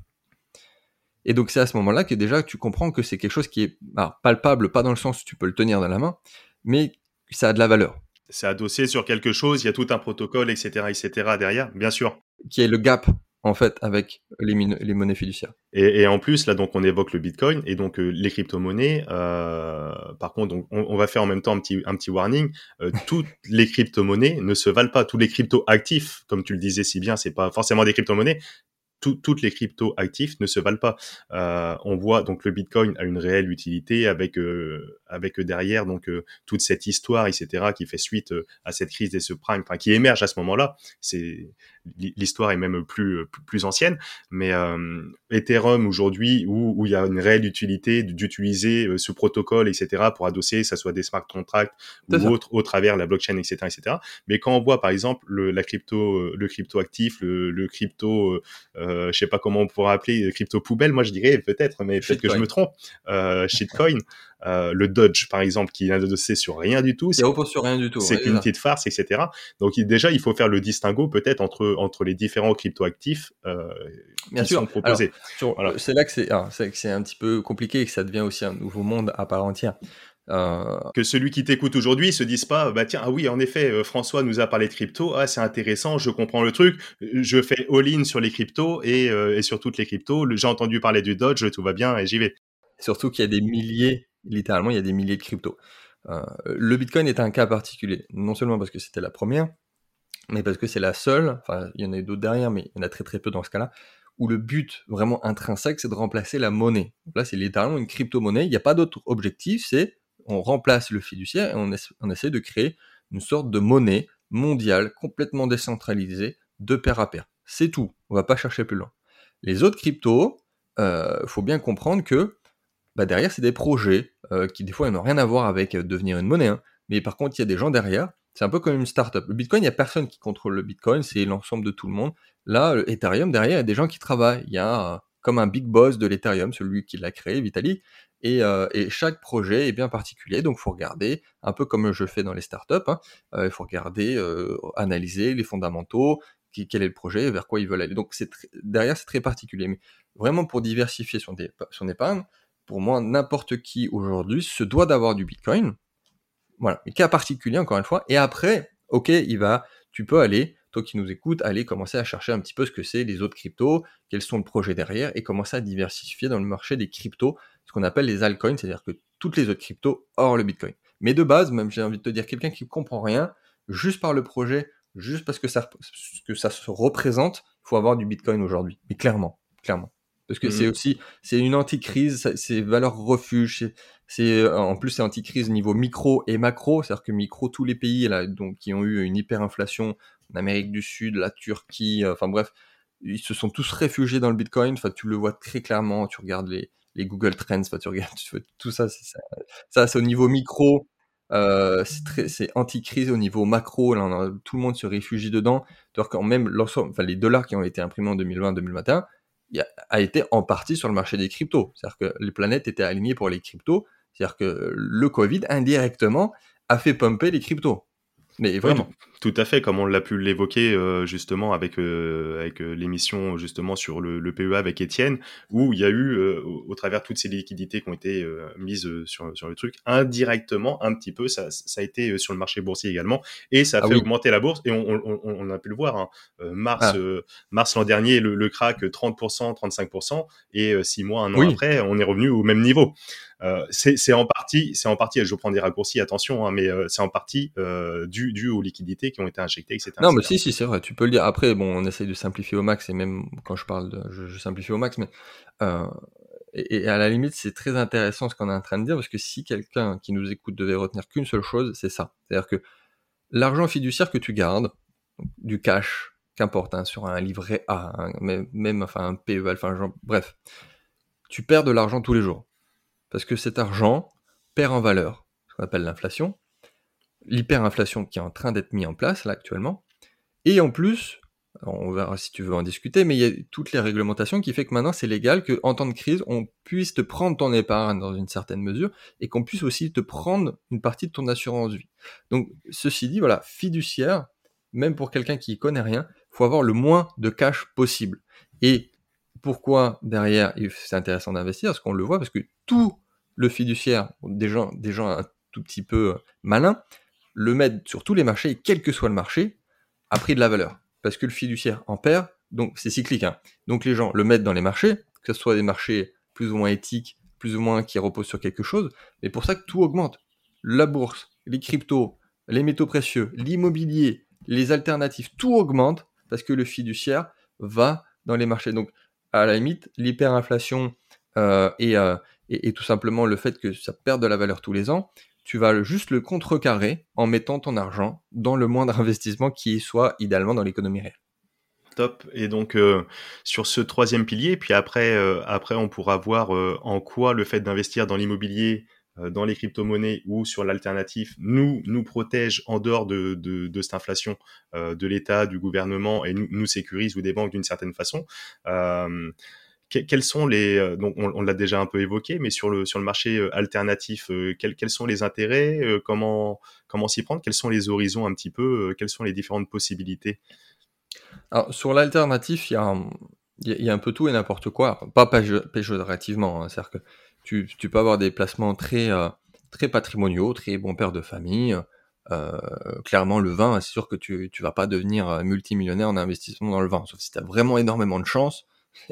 Et donc, c'est à ce moment-là que déjà tu comprends que c'est quelque chose qui est alors, palpable, pas dans le sens où tu peux le tenir dans la main, mais ça a de la valeur. C'est adossé sur quelque chose, il y a tout un protocole, et cetera, et cetera derrière, bien sûr. Qui est le gap, en fait, avec les, min- les monnaies fiduciaires. Et, et en plus, là, donc, on évoque le Bitcoin et donc euh, les crypto-monnaies. Euh, par contre, donc, on, on va faire en même temps un petit, un petit warning. Euh, toutes les crypto-monnaies ne se valent pas. Tous les crypto-actifs, comme tu le disais si bien, c'est pas forcément des crypto-monnaies. Tout, toutes les cryptos actifs ne se valent pas. Euh, on voit donc le Bitcoin a une réelle utilité avec euh, avec derrière donc euh, toute cette histoire, et cetera, qui fait suite euh, à cette crise des subprimes, enfin qui émerge à ce moment-là. C'est l'histoire est même plus plus, plus ancienne, mais euh, Ethereum aujourd'hui où où il y a une réelle utilité d'utiliser euh, ce protocole, et cetera, pour adosser, ça soit des smart contracts C'est ou ça. autres au travers la blockchain, et cetera, et cetera. Mais quand on voit par exemple le, la crypto, le crypto actif, le, le crypto euh, je sais pas comment on pourrait appeler crypto poubelle, moi je dirais peut-être, mais peut-être que je me trompe. Euh, shitcoin, euh, le Dodge par exemple, qui est adossé sur rien du tout, Il repose sur rien du tout. c'est Ouais, qu'une ça. petite farce, et cetera. Donc il, déjà, il faut faire le distinguo peut-être entre entre les différents cryptoactifs euh, Bien qui sûr. sont proposés. Alors, sur, Voilà. c'est là que c'est, alors, c'est que c'est un petit peu compliqué et que ça devient aussi un nouveau monde à part entière. Euh, Que celui qui t'écoute aujourd'hui se dise pas, bah tiens, ah oui, en effet, euh, François nous a parlé de crypto, ah c'est intéressant, je comprends le truc, je fais all-in sur les cryptos et, euh, et sur toutes les cryptos, le- j'ai entendu parler du Dodge, tout va bien et j'y vais. surtout qu'il y a des milliers, littéralement, il y a des milliers de cryptos. Euh, le Bitcoin est un cas particulier, non seulement parce que c'était la première, mais parce que c'est la seule, enfin il y en a d'autres derrière, mais il y en a très très peu dans ce cas-là, où le but vraiment intrinsèque, c'est de remplacer la monnaie. Donc là, c'est littéralement une crypto-monnaie, il n'y a pas d'autre objectif, c'est on remplace le fiduciaire et on, essa- on essaie de créer une sorte de monnaie mondiale, complètement décentralisée, de pair à pair. C'est tout, on va pas chercher plus loin. Les autres cryptos, euh, faut bien comprendre que bah derrière, c'est des projets euh, qui, des fois, n'ont rien à voir avec euh, devenir une monnaie. Hein. Mais par contre, il y a des gens derrière. C'est un peu comme une startup. Le Bitcoin, il n'y a personne qui contrôle le Bitcoin, c'est l'ensemble de tout le monde. Là, le Ethereum, derrière, il y a des gens qui travaillent. Il y a euh, comme un big boss de l'Ethereum, celui qui l'a créé, Vitalik. Et, euh, et chaque projet est bien particulier, donc il faut regarder, un peu comme je fais dans les startups, hein, euh, il faut regarder, euh, analyser les fondamentaux, qui, quel est le projet, vers quoi ils veulent aller. Donc c'est tr- derrière, c'est très particulier. Mais vraiment, pour diversifier son, dé- son épargne, pour moi, n'importe qui aujourd'hui se doit d'avoir du Bitcoin. Voilà, mais cas particulier encore une fois. Et après, ok, il va, tu peux aller, toi qui nous écoutes, aller commencer à chercher un petit peu ce que c'est les autres cryptos, quels sont le projet derrière, et commencer à diversifier dans le marché des cryptos, ce qu'on appelle les altcoins, c'est-à-dire que toutes les autres cryptos hors le Bitcoin. Mais de base, même j'ai envie de te dire, quelqu'un qui comprend rien, juste par le projet, juste parce que ça, que ça se représente, il faut avoir du Bitcoin aujourd'hui. Mais clairement, clairement. Parce que c'est Mhm. aussi, c'est une anticrise, c'est valeur refuge, c'est, c'est euh, en plus c'est anticrise niveau micro et macro, c'est-à-dire que micro, tous les pays là, donc qui ont eu une hyperinflation, en Amérique du Sud, la Turquie, euh, enfin bref, ils se sont tous réfugiés dans le Bitcoin. Enfin, tu le vois très clairement. Tu regardes les, les Google Trends, enfin, tu regardes tu fais- tout ça. C'est ça, ça c'est au niveau micro. Euh, c'est très, c'est anti-crise au niveau macro. Là, on a- tout le monde se réfugie dedans. Alors quand même l'ensemble, enfin les dollars qui ont été imprimés en deux mille vingt, deux mille vingt et un, il y a, a été en partie sur le marché des cryptos. C'est-à-dire que les planètes étaient alignées pour les cryptos. C'est-à-dire que le Covid, indirectement, a fait pumper les cryptos. Mais Oui, tout, vraiment. tout à fait, comme on l'a pu l'évoquer euh, justement avec euh, avec euh, l'émission justement sur le, le P E A avec Étienne, où il y a eu euh, au, au travers de toutes ces liquidités qui ont été euh, mises euh, sur sur le truc, indirectement un petit peu, ça ça a été euh, sur le marché boursier également, et ça a Ah fait oui. augmenter la bourse, et on on, on on a pu le voir, hein, euh, mars Ah, euh, mars l'an dernier, le, le crack trente pour cent, trente-cinq pour cent, et euh, six mois, un an oui. après, on est revenu au même niveau. Euh, c'est c'est en partie, c'est en partie, je prends des raccourcis, attention, hein, mais euh, c'est en partie euh, dû dû aux liquidités qui ont été injectées, et cetera, Non, mais et cetera. si, si, c'est vrai, tu peux le dire. Après, bon, on essaye de simplifier au max, et même quand je parle de, je, je simplifie au max, mais euh, et, et à la limite, c'est très intéressant ce qu'on est en train de dire, parce que si quelqu'un qui nous écoute devait retenir qu'une seule chose, c'est ça. C'est-à-dire que l'argent fiduciaire que tu gardes, du cash, qu'importe, hein, sur un livret A, hein, même, même, enfin un P E A, enfin genre, bref, tu perds de l'argent tous les jours, parce que cet argent perd en valeur, ce qu'on appelle l'inflation. l'hyperinflation qui est en train d'être mise en place là actuellement. Et en plus, on verra si tu veux en discuter, mais il y a toutes les réglementations qui fait que maintenant c'est légal qu'en temps de crise, on puisse te prendre ton épargne dans une certaine mesure et qu'on puisse aussi te prendre une partie de ton assurance vie. Donc, ceci dit, voilà, fiduciaire, même pour quelqu'un qui connaît rien, faut avoir le moins de cash possible. Et pourquoi derrière c'est intéressant d'investir? Parce qu'on le voit, parce que tout le fiduciaire, des gens, des gens un tout petit peu malins, le mettent sur tous les marchés, et quel que soit le marché, a pris de la valeur. Parce que le fiduciaire en perd, donc c'est cyclique. Hein. Donc les gens le mettent dans les marchés, que ce soit des marchés plus ou moins éthiques, plus ou moins qui reposent sur quelque chose, mais pour ça que tout augmente. La bourse, les cryptos, les métaux précieux, l'immobilier, les alternatives, tout augmente parce que le fiduciaire va dans les marchés. Donc à la limite, l'hyperinflation euh, et, euh, et, et tout simplement le fait que ça perde de la valeur tous les ans, tu vas juste le contrecarrer en mettant ton argent dans le moindre investissement qui soit idéalement dans l'économie réelle. Top. Et donc euh, sur ce troisième pilier, puis après, euh, après on pourra voir euh, en quoi le fait d'investir dans l'immobilier, euh, dans les crypto-monnaies ou sur l'alternatif nous nous protège en dehors de, de, de cette inflation euh, de l'État, du gouvernement et nous, nous sécurise ou des banques d'une certaine façon. Euh, Quels sont les euh, donc on, on l'a déjà un peu évoqué, mais sur le sur le marché euh, alternatif, euh, quels quels sont les intérêts, euh, comment comment s'y prendre, quels sont les horizons un petit peu, euh, quelles sont les différentes possibilités? Alors sur l'alternatif, il y a un, il y a- il y a un peu tout et n'importe quoi, pas péjo- péjorativement, hein. C'est-à-dire que tu, tu peux avoir des placements très, euh, très patrimoniaux, très bon père de famille. Euh, clairement, le vin, c'est sûr que tu, tu vas pas devenir euh, multimillionnaire en investissement dans le vin, sauf si tu as vraiment énormément de chance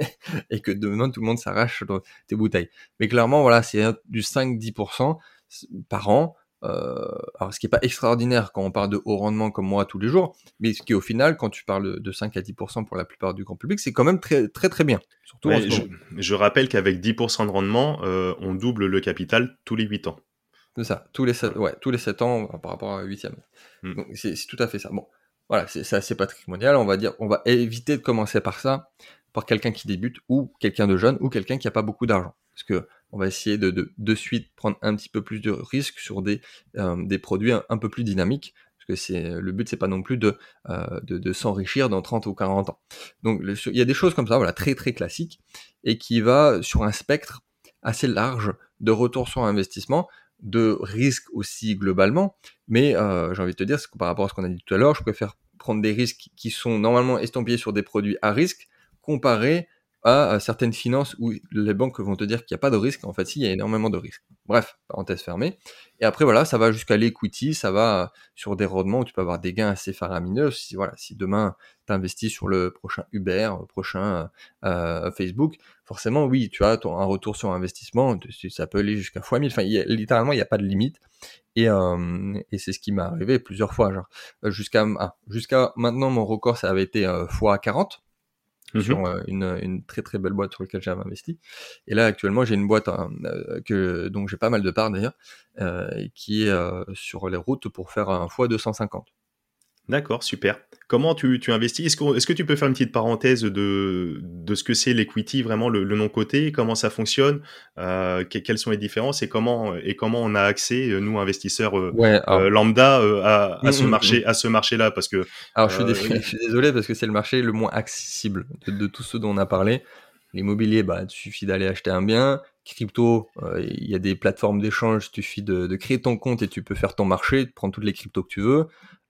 et que demain tout le monde s'arrache dans tes bouteilles. Mais clairement, voilà, c'est un- du cinq à dix pour cent par an. Euh, alors, ce qui est pas extraordinaire quand on parle de haut rendement comme moi tous les jours, mais ce qui au final, quand tu parles de cinq à dix pour cent pour la plupart du grand public, c'est quand même très très très bien, surtout en Ouais, ce je, moment. je rappelle qu'avec dix pour cent de rendement, euh, on double le capital tous les huit ans. C'est ça, tous les sept, Voilà. ouais, tous les sept ans par rapport à huitième. Mm. Donc c'est c'est tout à fait ça. Bon, voilà, c'est c'est assez patrimonial. On va dire, on va éviter de commencer par ça, par quelqu'un qui débute ou quelqu'un de jeune ou quelqu'un qui a pas beaucoup d'argent, parce que on va essayer de, de de suite prendre un petit peu plus de risques sur des euh, des produits un, un peu plus dynamiques, parce que c'est le but, c'est pas non plus de euh, de, de s'enrichir dans trente ou quarante ans. Donc le- il y a des choses comme ça, voilà, très très classiques et qui va sur un spectre assez large de retour sur investissement, de risque aussi globalement, mais euh, j'ai envie de te dire, c'est que par rapport à ce qu'on a dit tout à l'heure, je préfère prendre des risques qui sont normalement estampillés sur des produits à risque, comparé à, à certaines finances où les banques vont te dire qu'il n'y a pas de risque, en fait si, il y a énormément de risques. Bref, parenthèse fermée. Et après voilà, ça va jusqu'à l'equity, ça va sur des rendements où tu peux avoir des gains assez faramineux. Si, voilà, si demain tu investis sur le prochain Uber, le prochain euh, Facebook, forcément, oui, tu as ton, un retour sur investissement, ça peut aller jusqu'à fois mille. Enfin, il y a, littéralement, il n'y a pas de limite. Et, euh, et c'est ce qui m'est arrivé plusieurs fois. Genre, jusqu'à ah, jusqu'à maintenant, mon record, ça avait été euh, fois quarante Mhm. sur euh, une, une très très belle boîte sur laquelle j'avais investi. Et là, actuellement, j'ai une boîte hein, euh, que donc j'ai pas mal de parts d'ailleurs, euh, qui est euh, sur les routes pour faire un fois deux cent cinquante. D'accord, super. Comment tu, tu investis? Est-ce que, est-ce que tu peux faire une petite parenthèse de, de ce que c'est l'equity, vraiment le, le non-coté, comment ça fonctionne, euh, que- quelles sont les différences et comment, et comment on a accès, euh, nous investisseurs euh, Ouais, euh, alors, lambda, euh, à, hum, à ce hum, hum. marché, à ce marché-là, parce que Alors je suis, dés- euh, je suis désolé parce que c'est le marché le moins accessible de, de tous ceux dont on a parlé. L'immobilier, bah, il suffit d'aller acheter un bien. Crypto, euh, il y a des plateformes d'échange, il suffit de, de créer ton compte et tu peux faire ton marché, prendre toutes les cryptos que tu veux.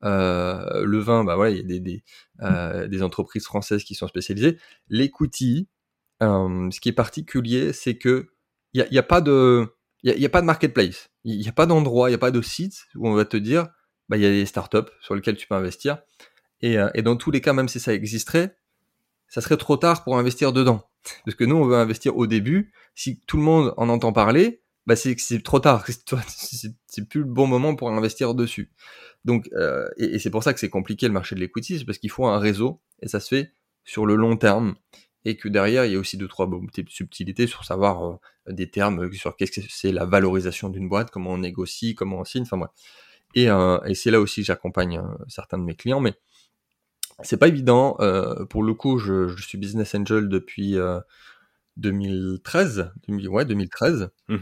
Euh, le vin, bah voilà, il y a des, des, euh, des entreprises françaises qui sont spécialisées. L'equity, euh, ce qui est particulier, c'est que il y a, il y a pas de, il y a, il y a pas de marketplace, il y a pas d'endroit, il y a pas de site où on va te dire, bah il y a des startups sur lesquelles tu peux investir. Et, euh, et dans tous les cas, même si ça existerait, ça serait trop tard pour investir dedans. Parce que nous, on veut investir au début. Si tout le monde en entend parler, bah c'est que c'est trop tard. C'est, c'est plus le bon moment pour investir dessus. Donc, euh, et, et c'est pour ça que c'est compliqué le marché de l'equity, c'est parce qu'il faut un réseau et ça se fait sur le long terme. Et que derrière, il y a aussi deux trois bonnes petites subtilités sur savoir euh, des termes sur qu'est-ce que c'est la valorisation d'une boîte, comment on négocie, comment on signe. Enfin bref. Et, euh, et c'est là aussi que j'accompagne euh, certains de mes clients, mais c'est pas évident. Euh, pour le coup, je, je suis business angel depuis euh, deux mille treize. deux mille, ouais, deux mille treize. mhm.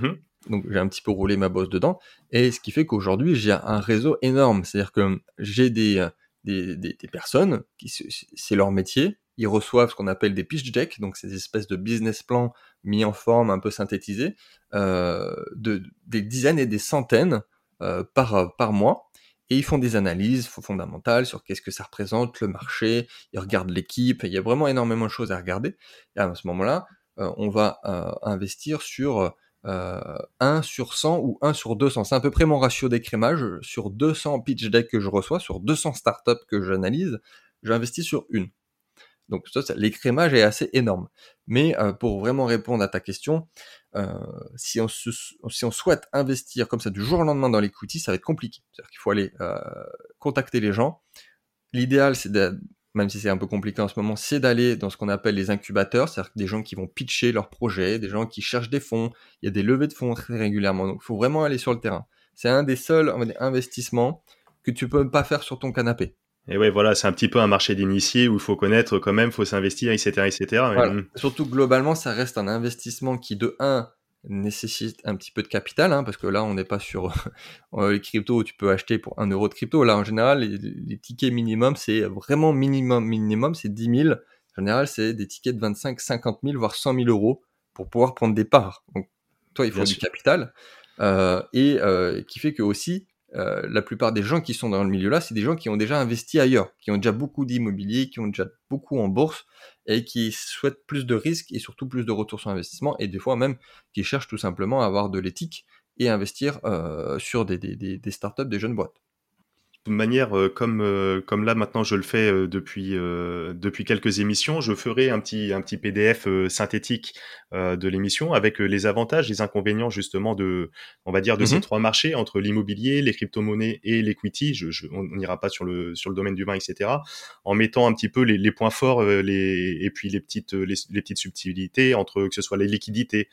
Donc j'ai un petit peu roulé ma bosse dedans, et ce qui fait qu'aujourd'hui j'ai un réseau énorme. C'est-à-dire que j'ai des des, des, des personnes qui c'est leur métier. Ils reçoivent ce qu'on appelle des pitch decks, donc ces espèces de business plans mis en forme, un peu synthétisés, euh, de des dizaines et des centaines euh, par par mois. Et ils font des analyses fondamentales sur qu'est-ce que ça représente, le marché, ils regardent l'équipe, il y a vraiment énormément de choses à regarder. Et à ce moment-là, euh, on va euh, investir sur euh, un sur cent ou un sur deux cents. C'est à peu près mon ratio d'écrémage. Sur deux cents pitch decks que je reçois, sur deux cents startups que j'analyse, j'investis sur une. Donc ça, ça l'écrémage est assez énorme. Mais euh, pour vraiment répondre à ta question, euh, si, on se, si on souhaite investir comme ça du jour au lendemain dans l'equity, ça va être compliqué. C'est-à-dire qu'il faut aller euh, contacter les gens. L'idéal, c'est de, même si c'est un peu compliqué en ce moment, c'est d'aller dans ce qu'on appelle les incubateurs, c'est-à-dire des gens qui vont pitcher leurs projets, des gens qui cherchent des fonds. Il y a des levées de fonds très régulièrement, donc il faut vraiment aller sur le terrain. C'est un des seuls on va dire, investissements que tu peux pas faire sur ton canapé. Et ouais, voilà, c'est un petit peu un marché d'initiés où il faut connaître quand même, il faut s'investir, et cetera, et cetera. Voilà. Mmh. Surtout globalement, ça reste un investissement qui, de un, nécessite un petit peu de capital, hein, parce que là, on n'est pas sur les cryptos où tu peux acheter pour un euro de crypto. Là, en général, les, les tickets minimum, c'est vraiment minimum, minimum, c'est dix mille. En général, c'est des tickets de vingt-cinq, cinquante mille, voire cent mille euros pour pouvoir prendre des parts. Donc, toi, il faut Bien du sûr. capital. Euh, et euh, qui fait que aussi, Euh, la plupart des gens qui sont dans le milieu-là, c'est des gens qui ont déjà investi ailleurs, qui ont déjà beaucoup d'immobilier, qui ont déjà beaucoup en bourse et qui souhaitent plus de risques et surtout plus de retour sur investissement, et des fois même qui cherchent tout simplement à avoir de l'éthique et investir euh, sur des, des, des, des startups, des jeunes boîtes. De toute manière, euh, comme euh, comme là maintenant je le fais euh, depuis euh, depuis quelques émissions, je ferai un petit un petit P D F euh, synthétique euh, de l'émission avec euh, les avantages, les inconvénients justement de on va dire de Mm-hmm. ces trois marchés entre l'immobilier, les crypto-monnaies et l'equity. Je, je, on n'ira pas sur le sur le domaine du vin, et cetera. En mettant un petit peu les, les points forts euh, les et puis les petites les, les petites subtilités entre que ce soit les liquidités,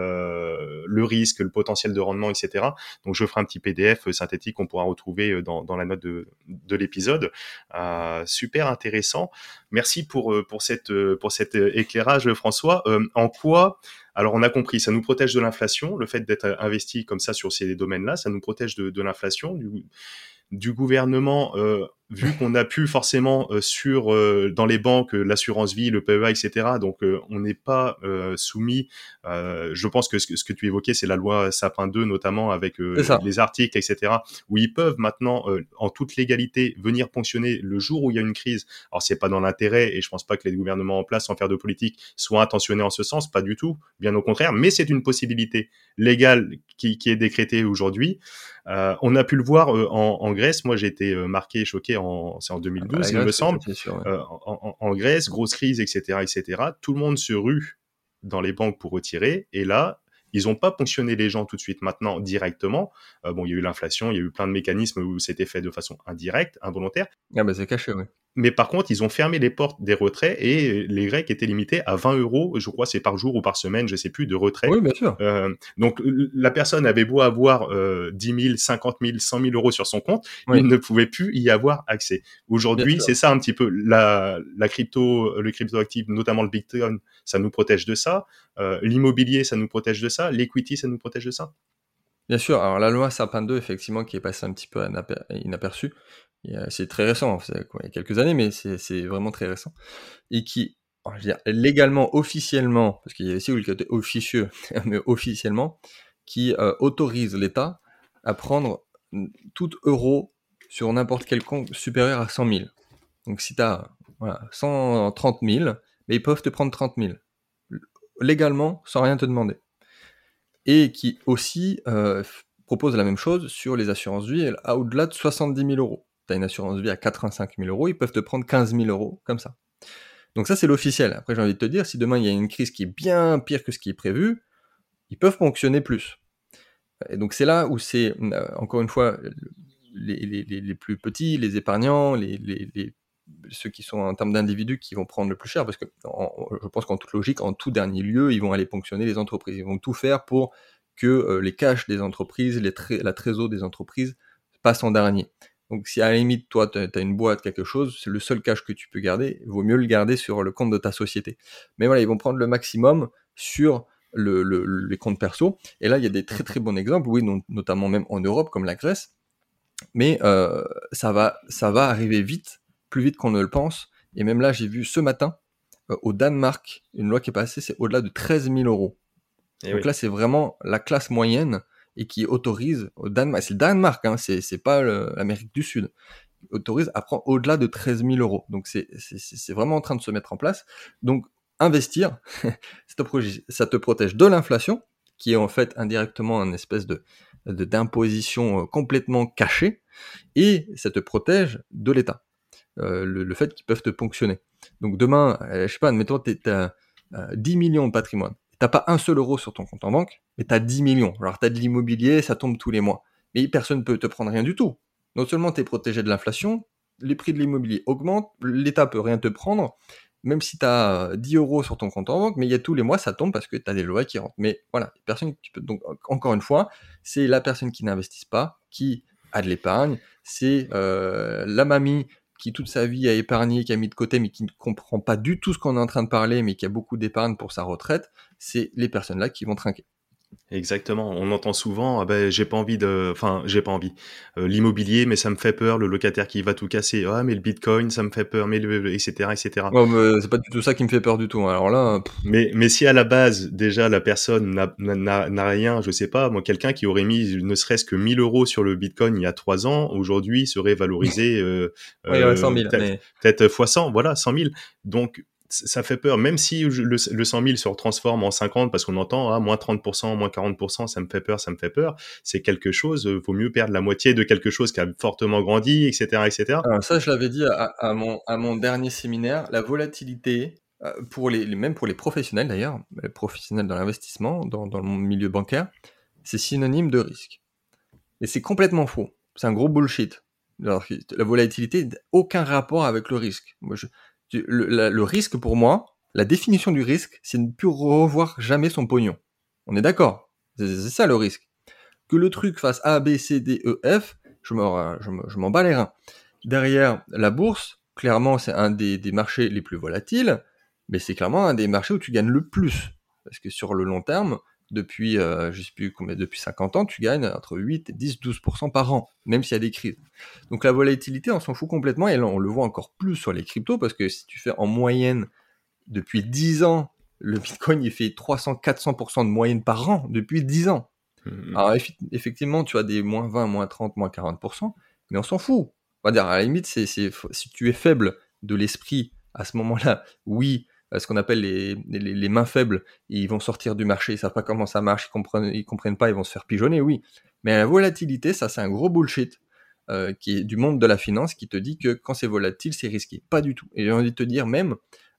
euh, le risque, le potentiel de rendement, et cetera. Donc je ferai un petit P D F synthétique qu'on pourra retrouver dans dans la note de, de l'épisode. Euh, super intéressant. Merci pour, pour, cette, pour cet éclairage, François. Euh, en quoi, alors on a compris, ça nous protège de l'inflation, le fait d'être investi comme ça sur ces domaines-là, ça nous protège de, de l'inflation, du, du gouvernement, euh, vu qu'on a pu forcément euh, sur euh, dans les banques euh, l'assurance vie, le P E A, et cetera. Donc euh, on n'est pas euh, soumis. Euh, je pense que ce, ce que tu évoquais, c'est la loi Sapin deux notamment avec euh, les articles, et cetera. Où ils peuvent maintenant, euh, en toute légalité, venir ponctionner le jour où il y a une crise. Alors c'est pas dans l'intérêt, et je pense pas que les gouvernements en place, sans faire de politique, soient intentionnés en ce sens, pas du tout, bien au contraire. Mais c'est une possibilité légale qui, qui est décrétée aujourd'hui. Euh, on a pu le voir euh, en, en Grèce. Moi, j'ai été euh, marqué, choqué. En, c'est en deux mille douze, ah bah, il Grèce, me semble. C'est sûr, ouais. euh, en, en, en Grèce, grosse crise, et cetera, et cetera. Tout le monde se rue dans les banques pour retirer. Et là, ils n'ont pas ponctionné les gens tout de suite maintenant directement. Euh, bon, il y a eu l'inflation, il y a eu plein de mécanismes où c'était fait de façon indirecte, involontaire. Ah bah c'est caché, oui. Mais par contre, ils ont fermé les portes des retraits et les Grecs étaient limités à vingt euros, je crois, c'est par jour ou par semaine, je sais plus, de retrait. Oui, bien sûr. Euh, donc, la personne avait beau avoir euh, dix mille, cinquante mille, cent mille euros sur son compte, oui. Il ne pouvait plus y avoir accès. Aujourd'hui, c'est ça un petit peu. La, la crypto, le cryptoactif, notamment le Bitcoin, ça nous protège de ça. Euh, l'immobilier, ça nous protège de ça. L'equity, ça nous protège de ça. Bien sûr. Alors, la loi Sapin deux, effectivement, qui est passée un petit peu inaperçue, c'est très récent, c'est quoi, il y a quelques années, mais c'est, c'est vraiment très récent. Et qui, je veux dire, légalement, officiellement, parce qu'il y a aussi le côté officieux, mais officiellement, qui euh, autorise l'État à prendre tout euro sur n'importe quel compte supérieur à cent mille. Donc si tu as voilà, cent trente mille, mais ils peuvent te prendre trente mille. Légalement, sans rien te demander. Et qui aussi euh, propose la même chose sur les assurances vie à au-delà de soixante-dix mille euros. Tu as une assurance vie à quatre-vingt-cinq mille euros, ils peuvent te prendre quinze mille euros, comme ça. Donc ça, c'est l'officiel. Après, j'ai envie de te dire, si demain, il y a une crise qui est bien pire que ce qui est prévu, ils peuvent ponctionner plus. Et donc c'est là où c'est, euh, encore une fois, les, les, les plus petits, les épargnants, les, les, les, ceux qui sont en termes d'individus qui vont prendre le plus cher, parce que en, je pense qu'en toute logique, en tout dernier lieu, ils vont aller ponctionner les entreprises. Ils vont tout faire pour que euh, les cash des entreprises, les tré- la trésor des entreprises passent en dernier. Donc si à la limite, toi, tu as une boîte, quelque chose, c'est le seul cash que tu peux garder, il vaut mieux le garder sur le compte de ta société. Mais voilà, ils vont prendre le maximum sur le, le, les comptes perso. Et là, il y a des très très bons exemples, oui, non, notamment même en Europe, comme la Grèce. Mais euh, ça va, ça va arriver vite, plus vite qu'on ne le pense. Et même là, j'ai vu ce matin, euh, au Danemark, une loi qui est passée, c'est au-delà de treize mille euros. Et Donc oui. là, c'est vraiment la classe moyenne et qui autorise au Danemark, c'est le Danemark, hein, c'est, c'est pas le, l'Amérique du Sud, autorise à prendre au-delà de treize mille euros. Donc c'est, c'est, c'est vraiment en train de se mettre en place. Donc investir, ça te protège, ça te protège de l'inflation, qui est en fait indirectement une espèce de, de d'imposition complètement cachée, et ça te protège de l'État, euh, le, le fait qu'ils peuvent te ponctionner. Donc demain, euh, je sais pas, admettons, t'as euh, dix millions de patrimoine, t'as pas un seul euro sur ton compte en banque, mais t'as dix millions. Alors t'as de l'immobilier, ça tombe tous les mois, mais personne ne peut te prendre rien du tout. Non seulement t'es protégé de l'inflation, les prix de l'immobilier augmentent, l'État peut rien te prendre, même si tu as dix euros sur ton compte en banque, mais il y a tous les mois, ça tombe parce que tu as des lois qui rentrent. Mais voilà, personne qui peut. Donc, encore une fois, c'est la personne qui n'investit pas, qui a de l'épargne, c'est euh, la mamie qui toute sa vie a épargné, qui a mis de côté, mais qui ne comprend pas du tout ce qu'on est en train de parler, mais qui a beaucoup d'épargne pour sa retraite, c'est les personnes-là qui vont trinquer. Exactement. On entend souvent, ah ben, j'ai pas envie de, enfin, j'ai pas envie. Euh, l'immobilier, mais ça me fait peur. Le locataire qui va tout casser. Ah, mais le Bitcoin, ça me fait peur. Mais le, et cetera, et cetera. Oh, mais c'est pas du tout ça qui me fait peur du tout. Alors là, pff, Mais, mais si à la base, déjà, la personne n'a, n'a, n'a rien, je sais pas, moi, quelqu'un qui aurait mis ne serait-ce que mille euros sur le Bitcoin il y a trois ans, aujourd'hui serait valorisé, euh, oui, ouais, cent euh, mille, peut-être, mais peut-être fois cent, voilà, cent mille. Donc, ça fait peur, même si le, le cent mille se transforme en cinquante, parce qu'on entend, ah, moins trente pour cent, moins quarante pour cent, ça me fait peur, ça me fait peur. C'est quelque chose, euh, vaut mieux perdre la moitié de quelque chose qui a fortement grandi, et cetera, et cetera. alors ça, je l'avais dit à, à mon, à mon dernier séminaire, la volatilité, euh, pour les, même pour les professionnels d'ailleurs, les professionnels dans l'investissement, dans, dans le milieu bancaire, c'est synonyme de risque. Et c'est complètement faux. C'est un gros bullshit. Alors, la volatilité n'a aucun rapport avec le risque. Moi, je, le, la, le risque pour moi, la définition du risque, c'est ne plus revoir jamais son pognon. On est d'accord. C'est, c'est ça le risque. Que le truc fasse A, B, C, D, E, F, je m'en, je, je m'en bats les reins. Derrière, la bourse, clairement, c'est un des, des marchés les plus volatiles, mais c'est clairement un des marchés où tu gagnes le plus. Parce que sur le long terme, depuis, euh, je sais plus combien, depuis cinquante ans, tu gagnes entre huit et dix, douze pour cent par an, même s'il y a des crises. Donc la volatilité, on s'en fout complètement, et là, on le voit encore plus sur les cryptos, parce que si tu fais en moyenne, depuis dix ans, le Bitcoin, il fait trois cents, quatre cents pour cent de moyenne par an, depuis dix ans. Mmh. Alors effectivement, tu as des moins vingt, moins trente, moins quarante pour cent, mais on s'en fout. On va dire, à la limite, c'est, c'est, si tu es faible de l'esprit à ce moment-là, oui, ce qu'on appelle les, les, les mains faibles, ils vont sortir du marché, ils savent pas comment ça marche, ils comprennent, ils comprennent pas, ils vont se faire pigeonner, oui. Mais la volatilité, ça c'est un gros bullshit euh, qui est du monde de la finance qui te dit que quand c'est volatile, c'est risqué. Pas du tout. Et j'ai envie de te dire même,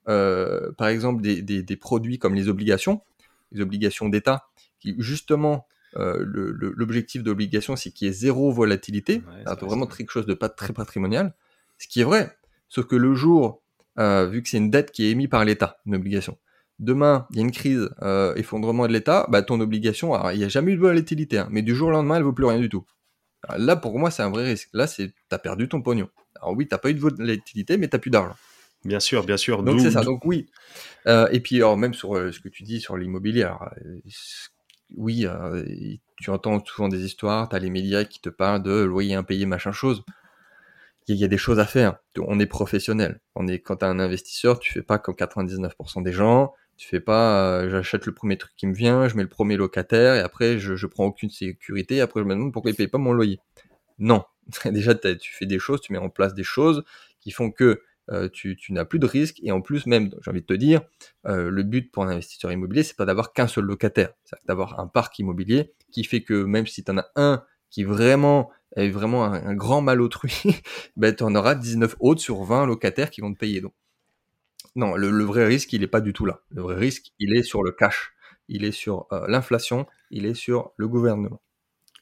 euh, par exemple, des, des, des produits comme les obligations, les obligations d'État, qui justement euh, le, le, l'objectif de l'obligation, c'est qu'il y ait zéro volatilité, Ouais, c'est ça vraiment quelque chose de pas très patrimonial, ce qui est vrai. Sauf que le jour, euh, vu que c'est une dette qui est émise par l'État, une obligation, demain, il y a une crise, euh, effondrement de l'État, bah, ton obligation, alors, il n'y a jamais eu de volatilité, hein, mais du jour au lendemain, elle ne vaut plus rien du tout. Alors, là, pour moi, c'est un vrai risque. Là, c'est, t'as perdu ton pognon. Alors oui, t'as pas eu de volatilité, mais t'as plus d'argent. Bien sûr, bien sûr. Donc c'est D'où, ça. d'où- Donc oui. Euh, et puis alors, même sur euh, ce que tu dis sur l'immobilier, alors, euh, oui, euh, tu entends souvent des histoires, tu as les médias qui te parlent de loyer impayé, machin chose. Il y, y a des choses à faire. On est professionnel. On est, quand tu as un investisseur, tu fais pas comme quatre-vingt-dix-neuf pour cent des gens. Tu fais pas, euh, j'achète le premier truc qui me vient, je mets le premier locataire et après je, je prends aucune sécurité. Et après je me demande pourquoi il paye pas mon loyer. Non. Déjà, tu fais des choses, tu mets en place des choses qui font que euh, tu, tu n'as plus de risque, et en plus même, j'ai envie de te dire, euh, le but pour un investisseur immobilier, c'est pas d'avoir qu'un seul locataire, c'est d'avoir un parc immobilier qui fait que même si tu en as un qui vraiment est vraiment un, un grand mal autrui, ben tu en auras dix-neuf autres sur vingt locataires qui vont te payer. Donc non, le, le vrai risque, il est pas du tout là. Le vrai risque, il est sur le cash, il est sur euh, l'inflation, il est sur le gouvernement.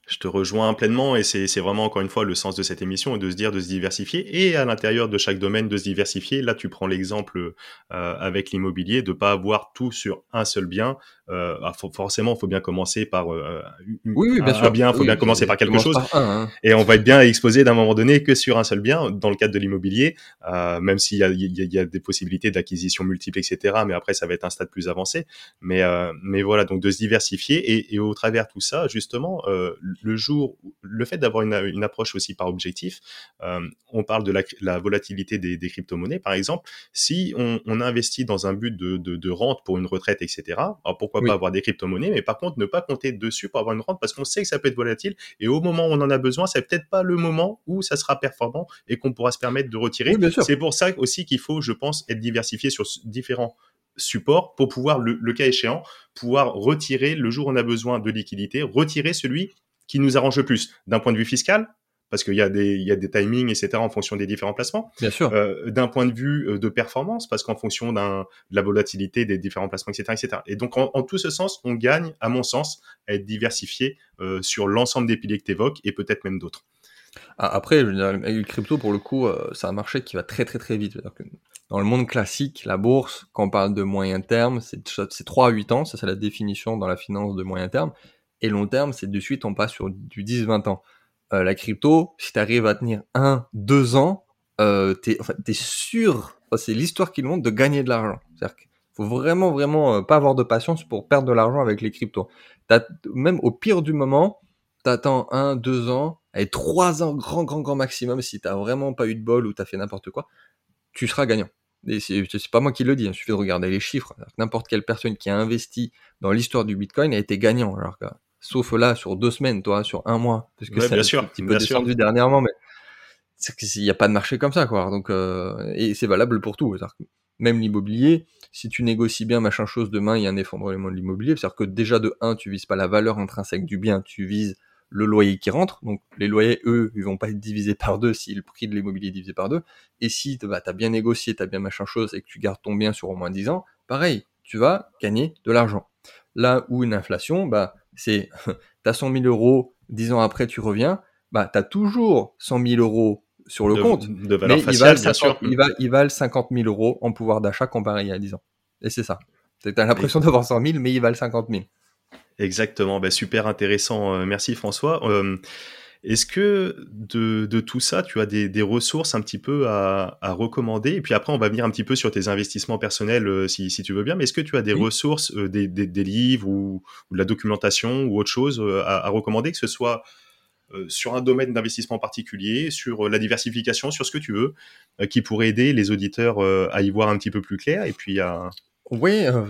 Je te rejoins pleinement et c'est, c'est vraiment encore une fois le sens de cette émission, de se dire de se diversifier et à l'intérieur de chaque domaine de se diversifier. Là, tu prends l'exemple euh, avec l'immobilier, de pas avoir tout sur un seul bien. Euh, ah, faut- forcément, il faut bien commencer par euh, une- Oui, oui, bien un, un sûr. bien, il faut bien Oui, commencer c'est- par quelque commence chose par un, hein. et on va être bien exposé d'un moment donné que sur un seul bien dans le cadre de l'immobilier, euh, même s'il y a, il y, a, il y a des possibilités d'acquisition multiple, et cetera. Mais après, ça va être un stade plus avancé. Mais, euh, mais voilà, donc de se diversifier et, et au travers de tout ça, justement, euh, le jour, le fait d'avoir une, une approche aussi par objectif, euh, on parle de la, la volatilité des, des crypto-monnaies, par exemple. Si on, on investit dans un but de, de, de rente pour une retraite, et cetera, alors pourquoi pas Oui. avoir des crypto-monnaies, mais par contre, ne pas compter dessus pour avoir une rente parce qu'on sait que ça peut être volatile et au moment où on en a besoin, c'est peut-être pas le moment où ça sera performant et qu'on pourra se permettre de Oui, retirer. bien sûr. C'est pour ça aussi qu'il faut, je pense, être diversifié sur différents supports pour pouvoir, le, le cas échéant, pouvoir retirer le jour où on a besoin de liquidité, retirer celui qui nous arrange le plus d'un point de vue fiscal, parce qu'il y a des, il y a des timings, et cetera en fonction des différents placements, Bien sûr. euh, d'un point de vue euh, de performance, parce qu'en fonction d'un, de la volatilité des différents placements, et cetera, et cetera. Et donc, en, en tout ce sens, on gagne, à mon sens, à être diversifié euh, sur l'ensemble des piliers que tu évoques et peut-être même d'autres. A- Après, je veux dire, avec le crypto, pour le coup, euh, c'est un marché qui va très très très vite. C'est-à-dire que dans le monde classique, la bourse, quand on parle de moyen terme, c'est c'est trois à huit ans, ça c'est la définition dans la finance de moyen terme. Et long terme, c'est de suite, on passe sur du dix vingt ans. Euh, la crypto, si tu arrives à tenir un deux ans, euh, t'es enfin, t'es sûr, enfin, c'est l'histoire qui le montre, de gagner de l'argent. C'est-à-dire qu'il faut vraiment vraiment euh, pas avoir de patience pour perdre de l'argent avec les cryptos. T'as- Même au pire du moment, t'attends un, deux ans, et trois ans, grand, grand, grand maximum, si t'as vraiment pas eu de bol ou t'as fait n'importe quoi, tu seras gagnant. Et c'est, c'est pas moi qui le dis, il suffit de regarder les chiffres. N'importe quelle personne qui a investi dans l'histoire du Bitcoin a été gagnant. Alors que, sauf là, sur deux semaines, toi, sur un mois, parce que Ouais, ça a bien un sûr, petit peu bien sûr. descendu dernièrement, mais c'est qu'il n'y a pas de marché comme ça, quoi. Donc, euh, et c'est valable pour tout. C'est-à-dire que même l'immobilier, si tu négocies bien machin chose, demain il y a un effondrement de l'immobilier. C'est-à-dire que déjà de un, tu vises pas la valeur intrinsèque du bien, tu vises le loyer qui rentre. Donc les loyers, eux, ils vont pas être divisés par deux si le prix de l'immobilier est divisé par deux. Et si bah, tu as bien négocié, tu as bien machin chose et que tu gardes ton bien sur au moins dix ans, pareil, tu vas gagner de l'argent. Là où une inflation, bah, c'est tu as cent mille euros, dix ans après tu reviens, bah, tu as toujours cent mille euros sur le De, compte, de valeur mais il valent faciale, bien cinquante, sûr. il va, il valent cinquante mille euros en pouvoir d'achat comparé il y a dix ans. Et c'est ça. T'as Et l'impression d'avoir cent mille, mais ils valent cinquante mille. exactement, bah, super intéressant. Euh, merci François. Euh, est-ce que de, de tout ça, tu as des, des ressources un petit peu à, à recommander? Et puis après, on va venir un petit peu sur tes investissements personnels, euh, si, si tu veux bien. Mais est-ce que tu as des Oui. ressources, euh, des, des, des livres ou, ou de la documentation ou autre chose euh, à, à recommander, que ce soit euh, sur un domaine d'investissement particulier, sur euh, la diversification, sur ce que tu veux, euh, qui pourrait aider les auditeurs euh, à y voir un petit peu plus clair et puis à... Oui, euh,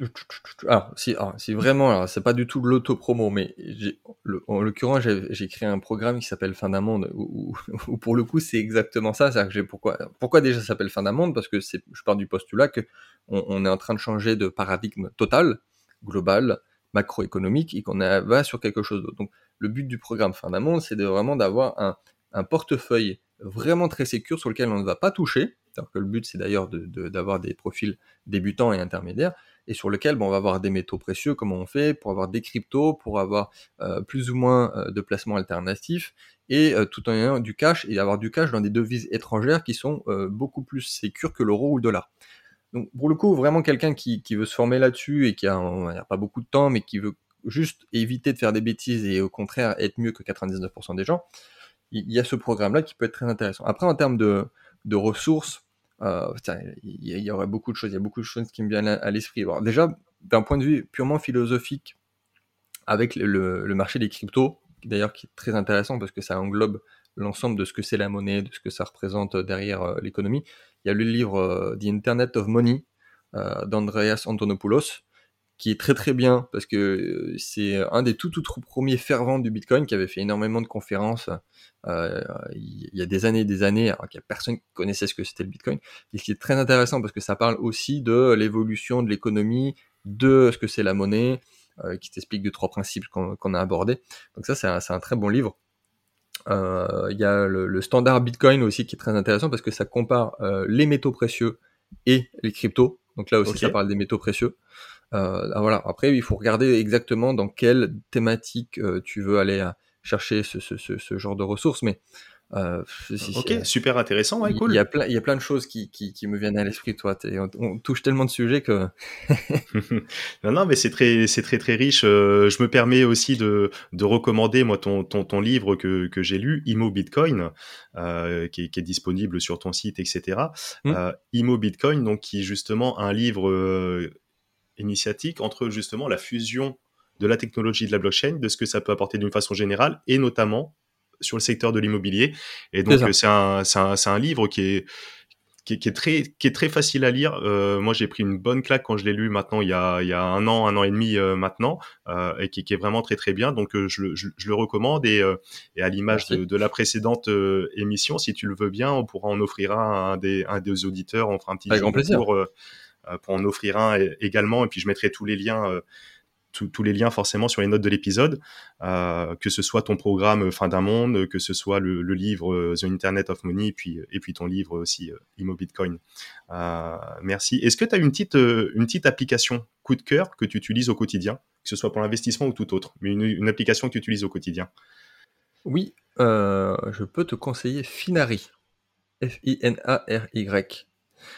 alors, si, alors, si vraiment, alors, c'est pas du tout de l'auto-promo, mais j'ai, le, en l'occurrence, j'ai, j'ai créé un programme qui s'appelle Fin d'un monde, où, où, où pour le coup, c'est exactement ça. C'est-à-dire que j'ai pourquoi, pourquoi déjà ça s'appelle Fin d'un monde? Parce que c'est, je pars du postulat que on, on est en train de changer de paradigme total, global, macroéconomique, et qu'on a- va sur quelque chose d'autre. Donc, le but du programme Fin d'un monde, c'est de vraiment d'avoir un, un portefeuille vraiment très sécure sur lequel on ne va pas toucher. Alors que le but, c'est d'ailleurs de, de, d'avoir des profils débutants et intermédiaires, et sur lequel bon, on va avoir des métaux précieux, comment on fait, pour avoir des cryptos, pour avoir euh, plus ou moins euh, de placements alternatifs, et euh, tout en ayant du cash, et avoir du cash dans des devises étrangères qui sont euh, beaucoup plus sécures que l'euro ou le dollar. Donc pour le coup, vraiment quelqu'un qui, qui veut se former là-dessus, et qui a, on va dire, pas beaucoup de temps, mais qui veut juste éviter de faire des bêtises, et au contraire être mieux que quatre-vingt-dix-neuf pour cent des gens, il y a ce programme-là qui peut être très intéressant. Après, en termes de, de ressources, euh, putain, il y, y aurait beaucoup de choses, il y a beaucoup de choses qui me viennent à, à l'esprit. Alors, déjà, d'un point de vue purement philosophique, avec le, le, le marché des cryptos, d'ailleurs qui est très intéressant parce que ça englobe l'ensemble de ce que c'est la monnaie, de ce que ça représente derrière euh, l'économie. Il y a le livre euh, The Internet of Money euh, d'Andreas Antonopoulos, qui est très très bien parce que euh, c'est un des tout tout, tout premiers fervents du Bitcoin qui avait fait énormément de conférences euh, il y a des années et des années, alors qu'il n'y a personne qui connaissait ce que c'était le Bitcoin. Et ce qui est très intéressant parce que ça parle aussi de l'évolution de l'économie, de ce que c'est la monnaie, euh, qui t'explique deux trois principes qu'on, qu'on a abordés. Donc ça c'est un, c'est un très bon livre. Euh, Il y a le, le standard Bitcoin aussi qui est très intéressant parce que ça compare euh, les métaux précieux et les cryptos. Donc là aussi Ok. ça parle des métaux précieux. Euh, voilà. Après, il faut regarder exactement dans quelle thématique euh, tu veux aller à chercher ce, ce, ce, ce genre de ressources, mais euh, si, Ok, si, super intéressant, ouais, il y, y cool. a plein, il y a plein de choses qui, qui, qui me viennent à l'esprit, toi. On, on touche tellement de sujets que. Non, non, mais c'est très, c'est très, très riche. Euh, je me permets aussi de, de recommander, moi, ton, ton, ton livre que, que j'ai lu, Immo Bitcoin, euh, qui, est, qui est disponible sur ton site, et cetera. Hmm. Euh, Immo Bitcoin, donc, qui est justement un livre euh, initiatique entre justement la fusion de la technologie de la blockchain, de ce que ça peut apporter d'une façon générale, et notamment sur le secteur de l'immobilier. Et C'est donc, ça. euh, c'est un, c'est un, c'est un livre qui est qui est, qui est très qui est très facile à lire. Euh, moi, j'ai pris une bonne claque quand je l'ai lu maintenant il y a il y a un an, un an et demi euh, maintenant, euh, et qui, qui est vraiment très très bien. Donc euh, je, le- je, je le recommande et euh, et à l'image Merci. de, de la précédente euh, émission, si tu le veux bien, on pourra en offrir un à un des un des auditeurs. On fera un petit Avec jeu grand plaisir. concours euh, euh, pour en offrir un é- également. Et puis je mettrai tous les liens. Euh, tous tous les liens forcément sur les notes de l'épisode, euh, que ce soit ton programme euh, Fin d'un monde, que ce soit le, le livre euh, The Internet of Money, et puis, et puis ton livre aussi euh, Immo Bitcoin. Euh, merci. Est-ce que tu as une petite, euh, une petite application coup de cœur que tu utilises au quotidien, que ce soit pour l'investissement ou tout autre, mais une, une application que tu utilises au quotidien? Oui, euh, je peux te conseiller Finary. F I N A R Y.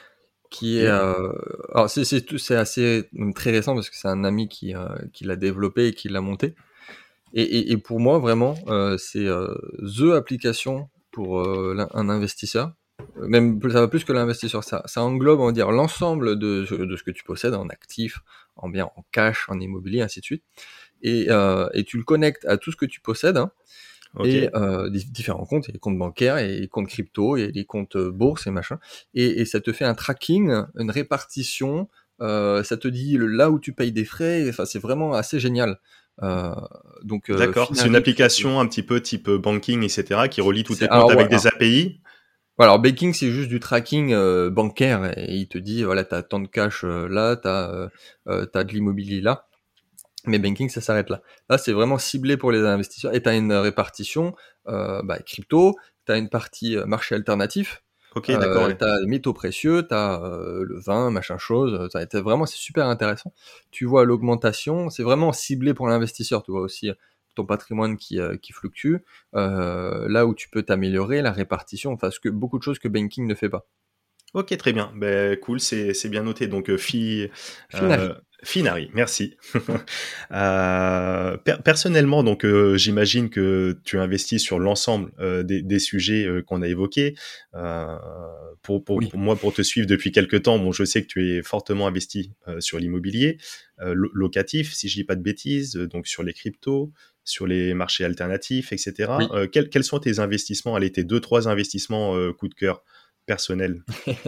Qui est, Ok. euh, alors c'est, c'est, tout- c'est assez euh, très récent parce que c'est un ami qui, euh, qui l'a développé et qui l'a monté. Et, et, et pour moi, vraiment, euh, c'est euh, the application pour euh, l'in- un investisseur. Euh, Même plus- ça va plus que l'investisseur. Ça, ça englobe, on va dire, l'ensemble de, de ce que tu possèdes en actifs, en biens, en cash, en immobilier, ainsi de suite. Et, euh, et tu le connectes à tout ce que tu possèdes, hein, Ok. et euh, des différents comptes, il y a les comptes bancaires, et les comptes crypto, et les comptes euh, bourse et machin, et, et ça te fait un tracking, une répartition, euh, ça te dit le- là où tu payes des frais, enfin c'est vraiment assez génial. Euh, donc euh, D'accord. C'est une Finari, très, application un petit peu type euh, banking, et cetera, qui relie tous c'est tes comptes alors avec voilà. des A P I. Voilà, alors baking c'est juste du tracking euh, bancaire, et il te dit voilà t'as tant de cash euh, là, t'as euh, euh, t'as de l'immobilier là. Mais banking, ça s'arrête là. Là, c'est vraiment ciblé pour les investisseurs. Et tu as une répartition euh, bah, crypto, tu as une partie euh, marché alternatif, Ok, d'accord. euh, Ouais. tu as les métaux précieux, tu as euh, le vin, machin chose. T'as, t'as vraiment, c'est super intéressant. Tu vois l'augmentation, c'est vraiment ciblé pour l'investisseur. Tu vois aussi euh, ton patrimoine qui, euh, qui fluctue, euh, là où tu peux t'améliorer, la répartition, enfin, ce que, beaucoup de choses que banking ne fait pas. Ok, très bien. Ben, cool, c'est c'est bien noté. Donc, euh, fi, Finari. euh, Finari, merci. Euh, per- personnellement, donc, euh, j'imagine que tu investis sur l'ensemble euh, des, des sujets euh, qu'on a évoqués. Euh, pour, pour, Oui. pour moi, pour te suivre depuis quelques temps, bon, je sais que tu es fortement investi euh, sur l'immobilier euh, lo- locatif, si je dis pas de bêtises, euh, donc sur les cryptos, sur les marchés alternatifs, et cetera. Oui. Euh, quels, quels sont tes investissements, allez, tes deux, trois investissements euh, coup de cœur personnels?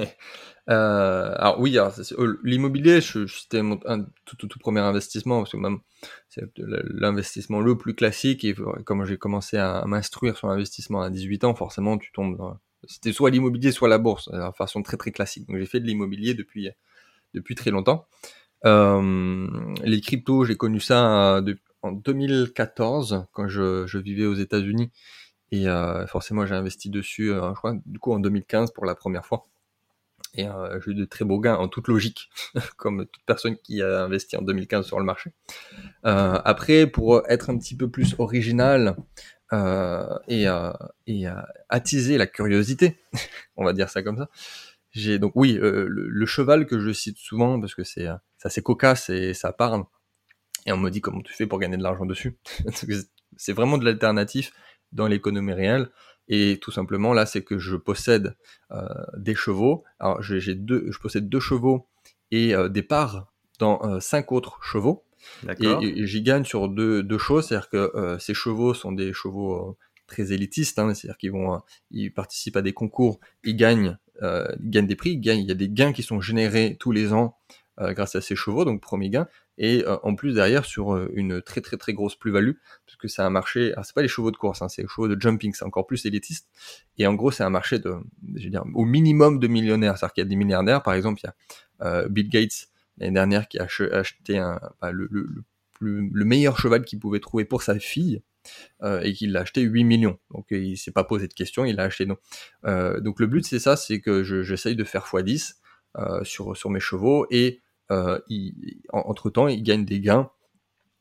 Euh, alors oui, alors, c'est- c'est- euh, l'immobilier, je- je- c'était mon un tout, tout, tout premier investissement, parce que même c'est le- l'investissement le plus classique, et euh, comme j'ai commencé à, à m'instruire sur l'investissement à dix-huit ans, forcément tu tombes dans... C'était soit l'immobilier, soit la bourse, de façon très très classique. Donc j'ai fait de l'immobilier depuis, depuis très longtemps. Euh, les cryptos, j'ai connu ça euh, de- en deux mille quatorze, quand je, je vivais aux États-Unis, et euh, forcément j'ai investi dessus, euh, je crois, du coup en deux mille quinze pour la première fois. Et euh, j'ai eu de très beaux gains en toute logique, comme toute personne qui a investi en deux mille quinze sur le marché. Euh, après, pour être un petit peu plus original euh, et, euh, et euh, attiser la curiosité, on va dire ça comme ça, j'ai donc oui euh, le, le cheval que je cite souvent parce que c'est euh, c'est assez cocasse et ça parle. Et on me dit comment tu fais pour gagner de l'argent dessus. C'est vraiment de l'alternatif dans l'économie réelle. Et tout simplement, là, c'est que je possède euh, des chevaux. Alors, j'ai, j'ai deux, je possède deux chevaux et euh, des parts dans euh, cinq autres chevaux. Et, D'accord. et- et j'y gagne sur deux, deux choses. C'est-à-dire que euh, ces chevaux sont des chevaux euh, très élitistes. Hein, c'est-à-dire qu'ils vont, euh, ils participent à des concours, ils gagnent, euh, ils gagnent des prix, ils gagnent, il y a des gains qui sont générés tous les ans euh, grâce à ces chevaux, donc premier gain. Et euh, en plus derrière sur euh, une très très très grosse plus-value, parce que c'est un marché, alors c'est pas les chevaux de course, hein, c'est les chevaux de jumping, c'est encore plus élitiste. Et en gros c'est un marché de, je veux dire, au minimum de millionnaires, c'est-à-dire qu'il y a des milliardaires, par exemple il y a euh, Bill Gates l'année dernière qui a ach- acheté un, bah, le, le, le, plus- le meilleur cheval qu'il pouvait trouver pour sa fille, euh, et qu'il l'a acheté huit millions. Donc euh, il s'est pas posé de questions, il l'a acheté non. Euh, donc le but c'est ça, c'est que je, j'essaye de faire fois dix euh, sur, sur mes chevaux, et euh, il, en- entre-temps il gagne des gains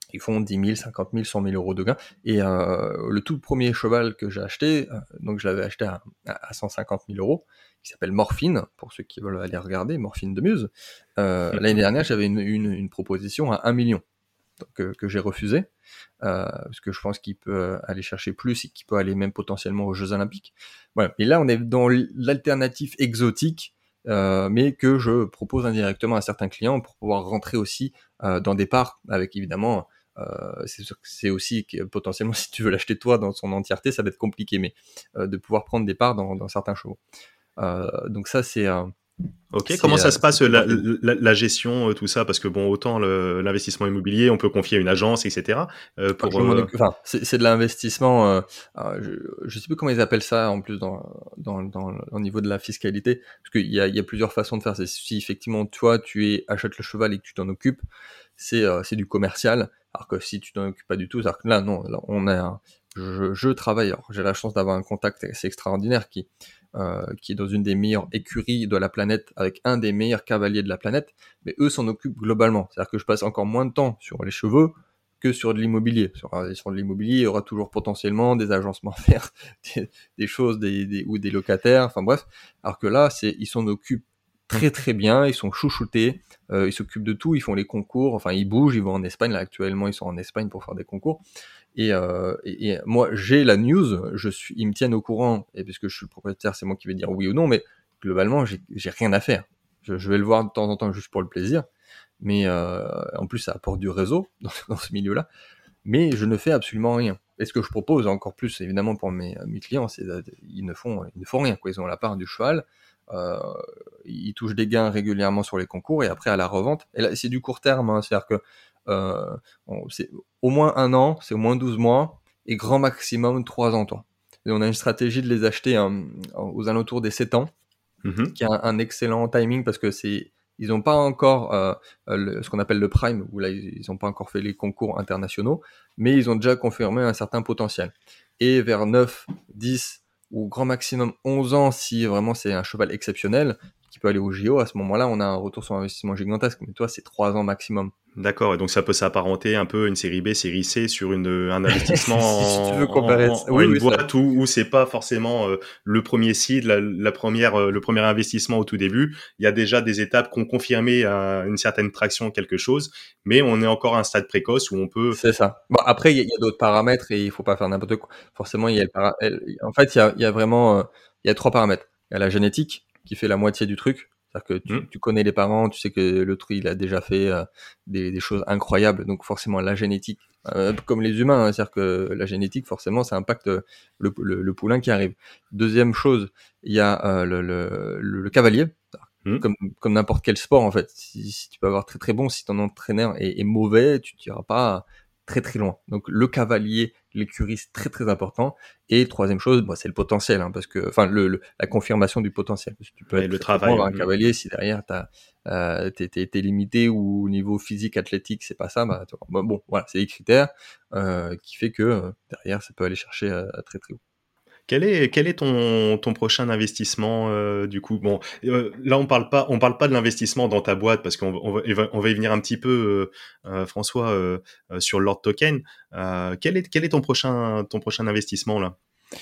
Ils font dix mille, cinquante mille, cent mille euros de gains. Et euh, le tout premier cheval que j'ai acheté, euh, donc je l'avais acheté à, à cent cinquante mille euros, qui s'appelle Morphine, pour ceux qui veulent aller regarder, Morphine de Muse. Euh, l'année dernière, j'avais une, une, une proposition à un million, donc, que, que j'ai refusé, euh, parce que je pense qu'il peut aller chercher plus et qu'il peut aller même potentiellement aux Jeux Olympiques. Voilà. Et là, on est dans l'alternative exotique, euh, mais que je propose indirectement à certains clients pour pouvoir rentrer aussi euh, dans des parts, avec évidemment... Euh, c'est sûr que c'est aussi que potentiellement, si tu veux l'acheter toi dans son entièreté, ça va être compliqué, mais euh, de pouvoir prendre des parts dans, dans certains chevaux. Euh, donc ça, c'est... Euh, Ok, c'est, comment ça euh, se passe c'est la, la, la gestion, euh, tout ça? Parce que bon, autant le, l'investissement immobilier, on peut confier à une agence, et cetera. Euh, Enfin, pour je m'en euh... occupe- enfin, c'est, c'est de l'investissement. Euh, euh, je, je sais plus comment ils appellent ça en plus dans, dans, dans au niveau de la fiscalité, parce qu'il y a, il y a plusieurs façons de faire. C'est si effectivement toi tu es, achètes le cheval et que tu t'en occupes, c'est euh, c'est du commercial. Alors que si tu t'en occupes pas du tout, c'est-à-dire que là non, là, on a, un, je, je travaille. Alors, j'ai la chance d'avoir un contact assez extraordinaire qui euh, qui est dans une des meilleures écuries de la planète avec un des meilleurs cavaliers de la planète, mais eux s'en occupent globalement. C'est-à-dire que je passe encore moins de temps sur les cheveux que sur de l'immobilier. Sur, sur de l'immobilier, il y aura toujours potentiellement des agencements à faire, des, des choses, des, des, ou des locataires, enfin bref. Alors que là, c'est, ils s'en occupent très très bien, ils sont chouchoutés, euh, ils s'occupent de tout, ils font les concours, enfin ils bougent, ils vont en Espagne, là actuellement ils sont en Espagne pour faire des concours. Et, euh, et, et moi j'ai la news, je suis, ils me tiennent au courant, et puisque je suis le propriétaire, c'est moi qui vais dire oui ou non, mais globalement j'ai, j'ai rien à faire. Je, je vais le voir de temps en temps juste pour le plaisir, mais euh, en plus ça apporte du réseau dans, dans ce milieu-là, mais je ne fais absolument rien. Et ce que je propose encore plus évidemment pour mes, mes clients, c'est ils ne font ils ne font rien, quoi. Ils ont la part du cheval, euh, ils touchent des gains régulièrement sur les concours et après à la revente. Et là c'est du court terme, hein, c'est-à-dire que euh, on, c'est au moins un an, c'est au moins douze mois et grand maximum trois ans, toi. Et on a une stratégie de les acheter hein, aux alentours des sept ans, Mm-hmm. qui a un, un excellent timing parce que c'est ils n'ont pas encore euh, le, ce qu'on appelle le prime, où là ils n'ont pas encore fait les concours internationaux, mais ils ont déjà confirmé un certain potentiel. Et vers neuf, dix ou grand maximum onze ans, si vraiment c'est un cheval exceptionnel qui peut aller au J O, à ce moment-là on a un retour sur investissement gigantesque. Mais toi c'est trois ans maximum. D'accord, et donc ça peut s'apparenter un peu une série B, série C sur une, un investissement Si tu veux en, comparer, en, en oui une oui ça. boîte où, où c'est pas forcément euh, le premier seed, la, la première, euh, le premier investissement au tout début. Il y a déjà des étapes qui ont confirmé euh, une certaine traction, quelque chose, mais on est encore à un stade précoce où on peut. C'est ça. Bon, après, il y a, y a d'autres paramètres et il faut pas faire n'importe quoi. Forcément, il y a le para... En fait, il y a, il y a vraiment, euh, il y a trois paramètres. Il y a la génétique qui fait la moitié du truc. C'est-à-dire que Hmm. tu, tu connais les parents, tu sais que le truc, il a déjà fait euh, des, des choses incroyables. Donc, forcément, la génétique, euh, comme les humains, hein, c'est-à-dire que la génétique, forcément, ça impacte le, le, le poulain qui arrive. Deuxième chose, il y a euh, le, le, le, le cavalier. Hmm. Comme, comme n'importe quel sport en fait. Si, si tu peux avoir très très bon, si ton entraîneur est, est mauvais, tu n'iras pas très très loin. Donc le cavalier, l'écurie, c'est très très important. Et troisième chose, bon, c'est le potentiel, hein, parce que, enfin, le, le, la confirmation du potentiel. Parce que tu peux Et être le très très bon, travail. avoir un Hmm. cavalier, si derrière t'as, euh, t'es, t'es, t'es limité ou au niveau physique, athlétique, c'est pas ça, bah, bon, bon, voilà, c'est les critères euh, qui fait que euh, derrière, ça peut aller chercher euh, très très haut. Quel est quel est ton ton prochain investissement euh, du coup? Bon, euh, là on parle pas on parle pas de l'investissement dans ta boîte parce qu'on va on va on va y venir un petit peu euh, euh, François euh, euh, sur Lord Token. Euh, quel est quel est ton prochain ton prochain investissement là?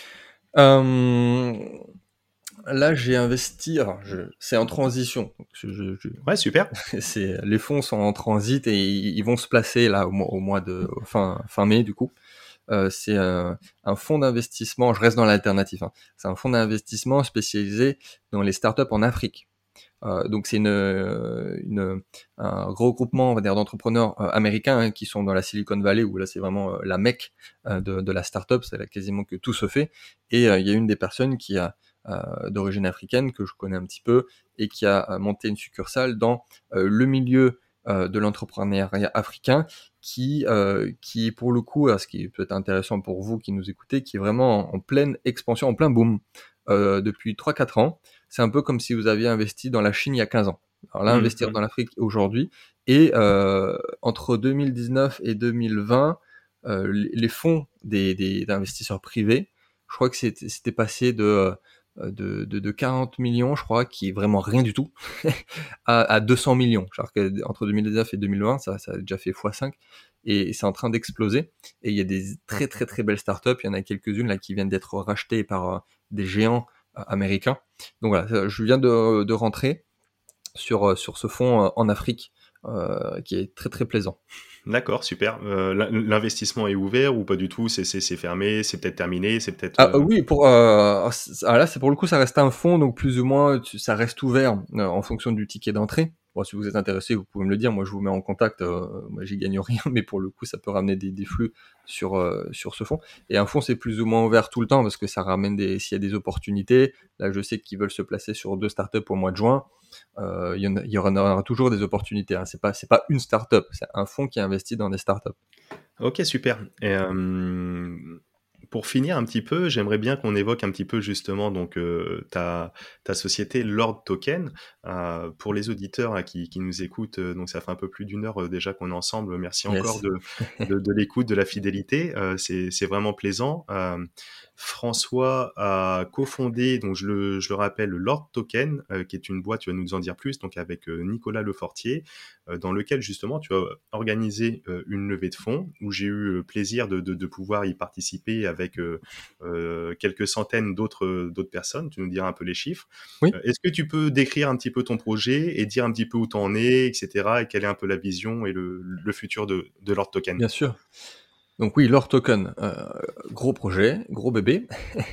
Euh, là, j'ai investi, alors je, c'est en transition. Donc je, je, je, Ouais, super. c'est, les fonds sont en transit et ils, ils vont se placer là au mois, au mois de fin, fin mai du coup. Euh, c'est un, un fonds d'investissement, je reste dans l'alternative, hein. C'est un fonds d'investissement spécialisé dans les startups en Afrique. Euh, donc c'est une, une, un gros groupement, on va dire, d'entrepreneurs euh, américains hein, qui sont dans la Silicon Valley, où là c'est vraiment euh, la mecque euh, de, de la startup, c'est là quasiment que tout se fait. Et euh, il y a une des personnes qui a euh, d'origine africaine que je connais un petit peu et qui a euh, monté une succursale dans euh, le milieu euh, de l'entrepreneuriat africain, qui, euh, qui pour le coup, ce qui peut être intéressant pour vous qui nous écoutez, qui est vraiment en, en pleine expansion, en plein boom euh, depuis trois quatre ans. C'est un peu comme si vous aviez investi dans la Chine il y a quinze ans. Alors là, Mmh, investir mmh. dans l'Afrique aujourd'hui, et euh, entre deux mille dix-neuf et deux mille vingt, euh, les fonds des, des investisseurs privés, je crois que c'était, c'était passé de de, de, de quarante millions, je crois, qui est vraiment rien du tout, à, à deux cents millions. Alors qu'entre deux mille dix-neuf et deux mille vingt, ça, ça a déjà fait fois cinq. Et c'est en train d'exploser. Et il y a des très très très belles startups. Il y en a quelques-unes là qui viennent d'être rachetées par euh, des géants euh, américains. Donc voilà, je viens de, de rentrer sur, euh, sur ce fonds euh, en Afrique euh, qui est très très plaisant. D'accord, super. Euh, l'investissement est ouvert ou pas du tout? C'est c'est c'est fermé, c'est peut-être terminé, c'est peut-être. Ah Euh... oui, pour euh, ah, là c'est pour le coup ça reste un fonds, donc plus ou moins ça reste ouvert euh, en fonction du ticket d'entrée. Bon, si vous êtes intéressé, vous pouvez me le dire. Moi, je vous mets en contact. Euh, moi, j'y gagne rien, mais pour le coup, ça peut ramener des, des flux sur euh, sur ce fonds. Et un fonds, c'est plus ou moins ouvert tout le temps parce que ça ramène des s'il y a des opportunités. Là, je sais qu'ils veulent se placer sur deux startups au mois de juin. Euh, il y en a, il y en aura toujours des opportunités. Hein. C'est pas c'est pas une startup, c'est un fonds qui investit dans des startups. Ok, super. Et, euh, pour finir un petit peu, j'aimerais bien qu'on évoque un petit peu justement donc euh, ta ta société Lord Token. Euh, pour les auditeurs là, qui qui nous écoutent, euh, donc ça fait un peu plus d'une heure euh, déjà qu'on est ensemble. Merci encore Yes. de de, de l'écoute, de la fidélité. Euh, c'est c'est vraiment plaisant. Euh, François a cofondé, donc je le je le rappelle, Lord Token, euh, qui est une boîte. Tu vas nous en dire plus. Donc avec euh, Nicolas Lefortier, euh, dans lequel justement tu as organisé euh, une levée de fonds où j'ai eu le plaisir de, de, de pouvoir y participer avec euh, euh, quelques centaines d'autres d'autres personnes. Tu nous diras un peu les chiffres. Oui. Euh, est-ce que tu peux décrire un petit peu ton projet et dire un petit peu où tu en es, et cetera, et quelle est un peu la vision et le, le futur de, de Lord Token? Bien sûr. Donc oui, Lord Token, euh, gros projet, gros bébé.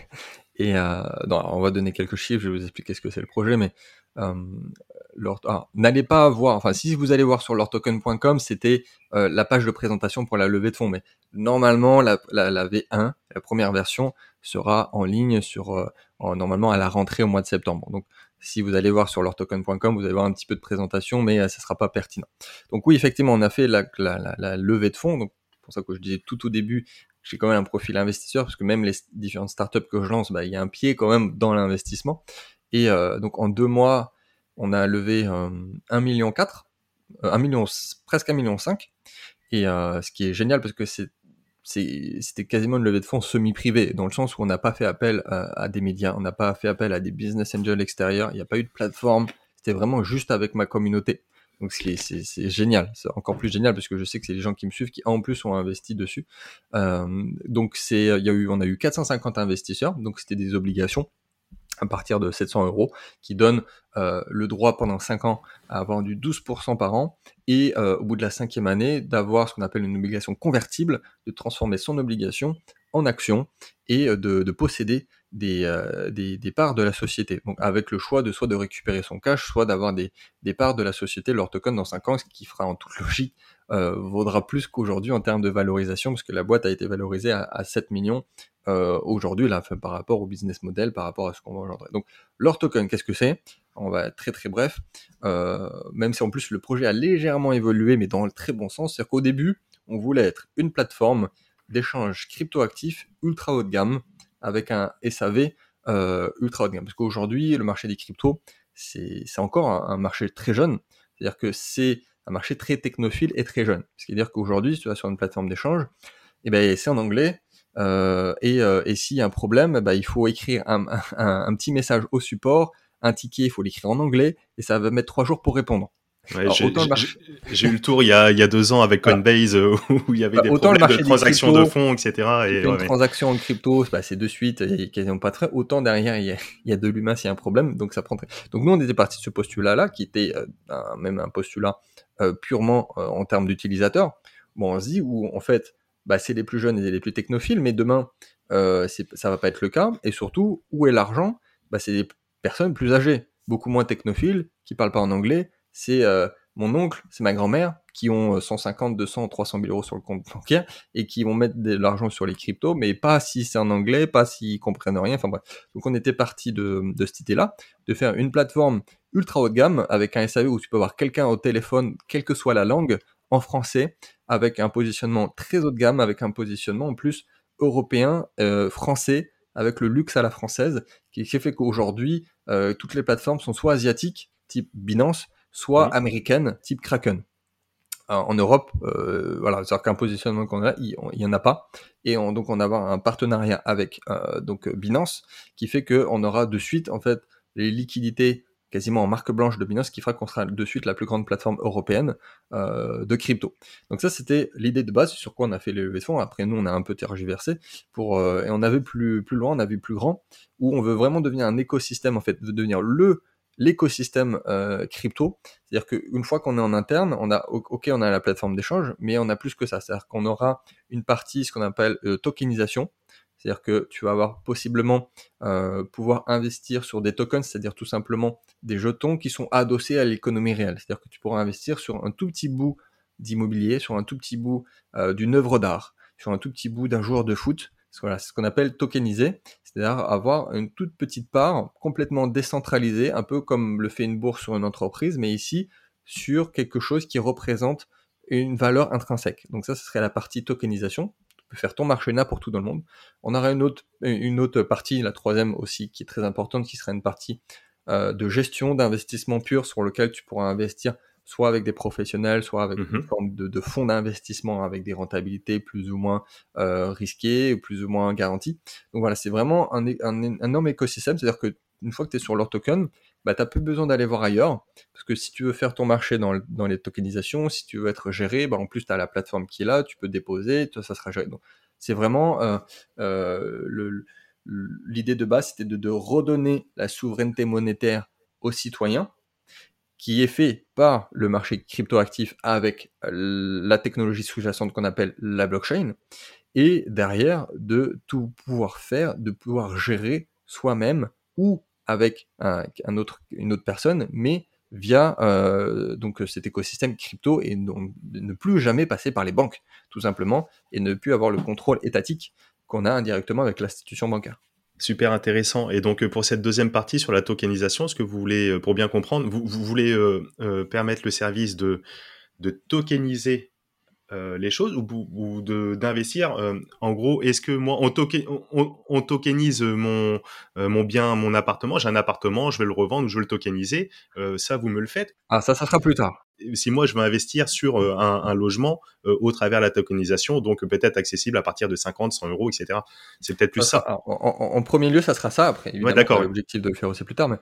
Et euh, non, on va donner quelques chiffres, je vais vous expliquer ce que c'est le projet, mais euh, Lord, ah, n'allez pas voir, enfin si vous allez voir sur lord token point com, c'était euh, la page de présentation pour la levée de fonds, mais normalement la, la, la V un, la première version, sera en ligne sur euh, en, normalement à la rentrée au mois de septembre. Donc si vous allez voir sur lord token point com, vous allez voir un petit peu de présentation, mais euh, ça sera pas pertinent. Donc oui, effectivement, on a fait la, la, la, la levée de fonds, donc c'est pour ça que je disais tout au début, j'ai quand même un profil investisseur parce que même les différentes startups que je lance, bah, il y a un pied quand même dans l'investissement. Et euh, donc en deux mois, on a levé euh, un million quatre, euh, un million, presque un million cinq. Et euh, ce qui est génial parce que c'est, c'est, c'était quasiment une levée de fonds semi-privée, dans le sens où on n'a pas fait appel à, à des médias, on n'a pas fait appel à des business angels extérieurs, il n'y a pas eu de plateforme, c'était vraiment juste avec ma communauté. Donc c'est, c'est, c'est génial, c'est encore plus génial parce que je sais que c'est les gens qui me suivent qui en plus ont investi dessus. Euh, donc c'est, il y a eu, on a eu quatre cent cinquante investisseurs, donc c'était des obligations à partir de sept cents euros, qui donnent euh, le droit pendant cinq ans à avoir du douze pour cent par an, et euh, au bout de la cinquième année, d'avoir ce qu'on appelle une obligation convertible, de transformer son obligation en action, et de, de posséder des, euh, des, des parts de la société. Donc avec le choix de soit de récupérer son cash, soit d'avoir des, des parts de la société, leur token dans cinq ans, ce qui fera en toute logique, euh, vaudra plus qu'aujourd'hui en termes de valorisation, parce que la boîte a été valorisée à, à sept millions Euh, aujourd'hui, là, par rapport au business model, par rapport à ce qu'on va engendrer. Donc, leur token, qu'est-ce que c'est? On va être très très bref, euh, même si en plus le projet a légèrement évolué, mais dans le très bon sens. C'est-à-dire qu'au début, on voulait être une plateforme d'échange crypto-actifs ultra haut de gamme, avec un S A V euh, ultra haut de gamme. Parce qu'aujourd'hui, le marché des cryptos, c'est, c'est encore un, un marché très jeune. C'est-à-dire que c'est un marché très technophile et très jeune. Ce qui veut dire qu'aujourd'hui, si tu vas sur une plateforme d'échange, eh ben, c'est en anglais. Euh, et, euh, et s'il y a un problème, bah, il faut écrire un, un, un petit message au support, un ticket, il faut l'écrire en anglais, et ça va mettre trois jours pour répondre. Ouais, Alors, j'ai, autant le j'ai, marché, j'ai eu le tour il y a, il y a deux ans avec voilà. Coinbase euh, où il y avait Bah, des autant le problèmes de marché des transactions de cryptos, fonds, et cetera. tu Et fais une ouais, ouais. transaction en crypto, bah, c'est de suite, et quasiment pas très. Autant derrière, il y a, il y a de l'humain s'il y a un problème, donc ça prend très. Donc nous, on était parti de ce postulat-là, qui était euh, un, même un postulat euh, purement euh, en termes d'utilisateurs. Bon, on se dit où en fait, bah, c'est les plus jeunes et les plus technophiles, mais demain, euh, c'est, ça va pas être le cas. Et surtout, où est l'argent? Bah, c'est des personnes plus âgées, beaucoup moins technophiles, qui parlent pas en anglais. C'est euh, mon oncle, c'est ma grand-mère, qui ont cent cinquante, deux cents, trois cents mille euros sur le compte bancaire et qui vont mettre de l'argent sur les cryptos, mais pas si c'est en anglais, pas s'ils comprennent rien. Enfin bref. Donc on était parti de, de cette idée-là, de faire une plateforme ultra haut de gamme avec un S A V où tu peux avoir quelqu'un au téléphone, quelle que soit la langue, en français, avec un positionnement très haut de gamme, avec un positionnement en plus européen, euh, français, avec le luxe à la française, qui, qui fait qu'aujourd'hui, euh, toutes les plateformes sont soit asiatiques, type Binance, soit Oui. américaines, type Kraken. en Europe, euh, voilà, c'est-à-dire qu'un positionnement qu'on a, il, il y en a pas, et on, donc on a un partenariat avec euh, donc Binance qui fait que on aura de suite en fait les liquidités quasiment en marque blanche de Binance, qui fera qu'on sera de suite la plus grande plateforme européenne euh, de crypto. Donc ça, c'était l'idée de base sur quoi on a fait les levées de fonds. Après, nous, on a un peu tergiversé pour euh, et on avait plus plus loin, on a vu plus grand, où on veut vraiment devenir un écosystème en fait, veut devenir le l'écosystème euh, crypto. C'est-à-dire qu'une fois qu'on est en interne, on a, ok, on a la plateforme d'échange, mais on a plus que ça. C'est-à-dire qu'on aura une partie, ce qu'on appelle euh, tokenisation. C'est-à-dire que tu vas avoir possiblement euh, pouvoir investir sur des tokens, c'est-à-dire tout simplement des jetons qui sont adossés à l'économie réelle. C'est-à-dire que tu pourras investir sur un tout petit bout d'immobilier, sur un tout petit bout euh, d'une œuvre d'art, sur un tout petit bout d'un joueur de foot. Voilà, c'est ce qu'on appelle tokeniser, c'est-à-dire avoir une toute petite part complètement décentralisée, un peu comme le fait une bourse sur une entreprise, mais ici sur quelque chose qui représente une valeur intrinsèque. Donc ça, ce serait la partie tokenisation. Tu peux faire ton marché n'importe où dans le monde. On aura une autre, une autre partie, la troisième aussi, qui est très importante, qui serait une partie euh, de gestion d'investissement pur sur lequel tu pourras investir soit avec des professionnels, soit avec Mmh. une forme de, de fonds d'investissement avec des rentabilités plus ou moins euh, risquées, plus ou moins garanties. Donc voilà, c'est vraiment un, un, un énorme écosystème, c'est-à-dire que une fois que tu es sur leur token, bah, tu n'as plus besoin d'aller voir ailleurs, parce que si tu veux faire ton marché dans, dans les tokenisations, si tu veux être géré, bah, en plus tu as la plateforme qui est là, tu peux déposer, toi, ça sera géré. Donc c'est vraiment euh, euh, le, l'idée de base, c'était de, de redonner la souveraineté monétaire aux citoyens, qui est fait par le marché cryptoactif avec la technologie sous-jacente qu'on appelle la blockchain, et derrière de tout pouvoir faire, de pouvoir gérer soi-même ou avec un, un autre, une autre personne, mais via euh, donc cet écosystème crypto, et donc ne plus jamais passer par les banques, tout simplement, et ne plus avoir le contrôle étatique qu'on a indirectement avec l'institution bancaire. Super intéressant. Et donc, euh, pour cette deuxième partie sur la tokenisation, ce que vous voulez, euh, pour bien comprendre, vous, vous voulez euh, euh, permettre le service de, de tokeniser euh, les choses ou, ou de d'investir. Euh, en gros, est-ce que moi, on, token, on, on tokenise mon, euh, mon bien, mon appartement, j'ai un appartement, je vais le revendre ou je vais le tokeniser, euh, ça, vous me le faites. Ah, ça, ça sera plus tard. Si moi, je veux investir sur euh, un, un logement euh, au travers de la tokenisation, donc peut-être accessible à partir de cinquante, cent euros, et cetera. C'est peut-être plus Ça ça. sera, en, en, en premier lieu, ça sera ça. Après, Ouais, évidemment, tu as d'accord. Ouais. l'objectif de le faire aussi plus tard, mais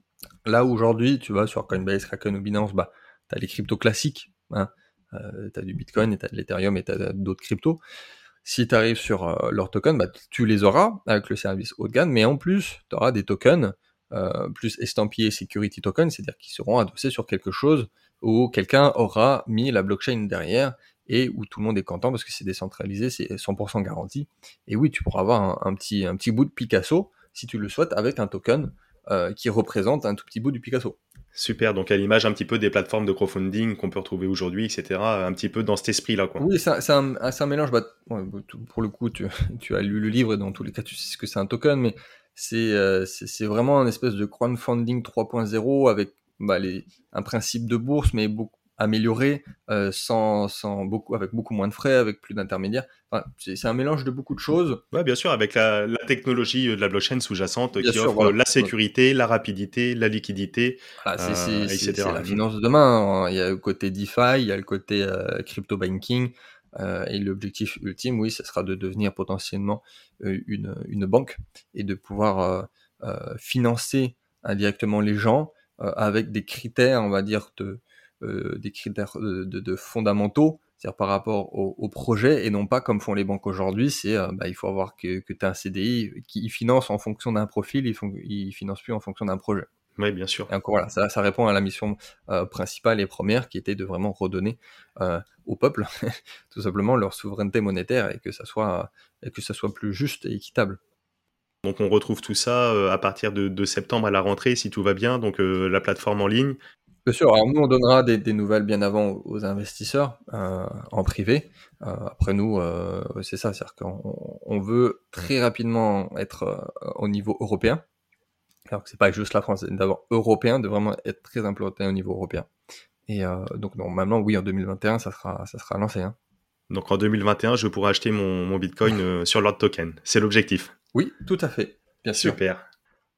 là, aujourd'hui, tu vas sur Coinbase, Kraken ou Binance, bah, tu as les cryptos classiques. Hein. Euh, tu as du Bitcoin, et tu as de l'Ethereum, et tu as d'autres cryptos. Si tu arrives sur euh, leurs tokens, bah, tu les auras avec le service haut de gamme, mais en plus, tu auras des tokens euh, plus estampillés security tokens, c'est-à-dire qu'ils seront adossés sur quelque chose où quelqu'un aura mis la blockchain derrière et où tout le monde est content parce que c'est décentralisé, c'est cent pour cent garanti. Et oui, tu pourras avoir un, un, petit, un petit bout de Picasso, si tu le souhaites, avec un token euh, qui représente un tout petit bout du Picasso. Super, donc à l'image un petit peu des plateformes de crowdfunding qu'on peut retrouver aujourd'hui, et cetera. Un petit peu dans cet esprit-là, quoi. Oui, c'est un, c'est un, c'est un mélange. Bah, ouais, pour le coup, tu, tu as lu le livre et dans tous les cas, tu sais ce que c'est un token, mais c'est euh, c'est c'est vraiment un espèce de crowdfunding trois point zéro avec bah, les, un principe de bourse, mais beaucoup amélioré, euh, sans, sans beaucoup, avec beaucoup moins de frais, avec plus d'intermédiaires. Enfin, c'est c'est un mélange de beaucoup de choses. Ouais, bien sûr, avec la, la technologie de la blockchain sous-jacente Bien qui sûr, offre voilà. la sécurité, la rapidité, la liquidité, Voilà, c'est euh, c'est c'est c'est et cetera. la finance de demain, hein. Il y a le côté DeFi, il y a le côté euh, crypto banking, euh, et l'objectif ultime, oui, ce sera de devenir potentiellement euh, une une banque et de pouvoir euh, euh, financer indirectement les gens euh, avec des critères, on va dire de euh, des critères de, de, de fondamentaux, c'est-à-dire par rapport au, au projet, et non pas comme font les banques aujourd'hui, c'est euh, bah, il faut avoir que que tu as un C D I qui finance en fonction d'un profil, ils font ils financent plus en fonction d'un projet. Oui, bien sûr. Et encore voilà, ça, ça répond à la mission euh, principale et première qui était de vraiment redonner euh, au peuple tout simplement leur souveraineté monétaire et que ça soit et que ça soit plus juste et équitable. Donc on retrouve tout ça euh, à partir de, de septembre à la rentrée, si tout va bien, donc euh, la plateforme en ligne. Bien sûr, alors nous on donnera des, des nouvelles bien avant aux investisseurs euh, en privé. Euh, après nous, euh, c'est ça, c'est-à-dire qu'on on veut très rapidement être euh, au niveau européen. Alors que c'est pas juste la France, c'est d'abord européen, de vraiment être très implanté au niveau européen. Et euh, donc normalement, oui, en deux mille vingt et un, ça sera, ça sera lancé. Hein. Donc en deux mille vingt et un, je pourrai acheter mon, mon Bitcoin euh, sur Lord Token. C'est l'objectif. Oui, tout à fait, bien sûr. Super.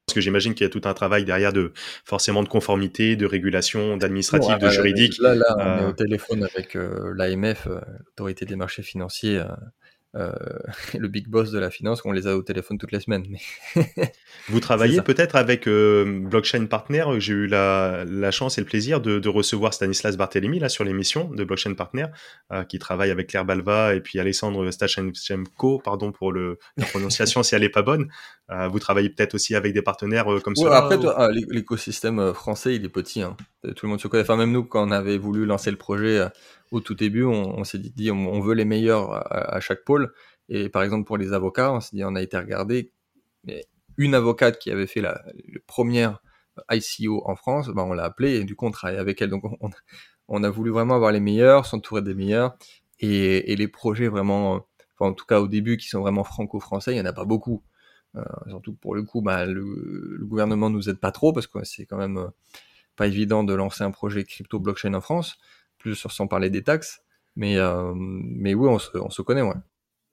Parce que j'imagine qu'il y a tout un travail derrière de forcément de conformité, de régulation, Bon, d'administratif, de ah, juridique. là, là, on est Euh, au téléphone avec euh, l'A M F, euh, l'autorité des marchés financiers, euh, euh, le big boss de la finance, on les a au téléphone toutes les semaines. Mais Vous c'est travaillez ça. peut-être avec euh, Blockchain Partner. J'ai eu la, la chance et le plaisir de, de recevoir Stanislas Barthélémy là sur l'émission de Blockchain Partner, euh, qui travaille avec Claire Balva et puis Alexandre Stachenko, pardon pour le, la prononciation si elle est pas bonne. Euh, vous travaillez peut-être aussi avec des partenaires euh, comme Ouais, cela. après, ou- toi, ah, l'é- l'écosystème euh, français, il est petit, hein. Euh, Tout le monde se connaît. Enfin, même nous, quand on avait voulu lancer le projet euh, au tout début, on, on s'est dit, dit, on, on veut les meilleurs à, à chaque pôle. Et par exemple, pour les avocats, on s'est dit, on a été regarder mais une avocate qui avait fait la, la première I C O en France, ben on l'a appelée et du coup, on travaille avec elle. Donc, on, on on a voulu vraiment avoir les meilleurs, s'entourer des meilleurs. Et, et les projets vraiment, euh, enfin, en tout cas au début, qui sont vraiment franco-français, il y en a pas beaucoup. Euh, surtout que pour le coup, bah, le, le gouvernement nous aide pas trop parce que c'est quand même euh, pas évident de lancer un projet crypto blockchain en France, plus sur sans parler des taxes. Mais euh, mais oui, on se, on se connaît, ouais.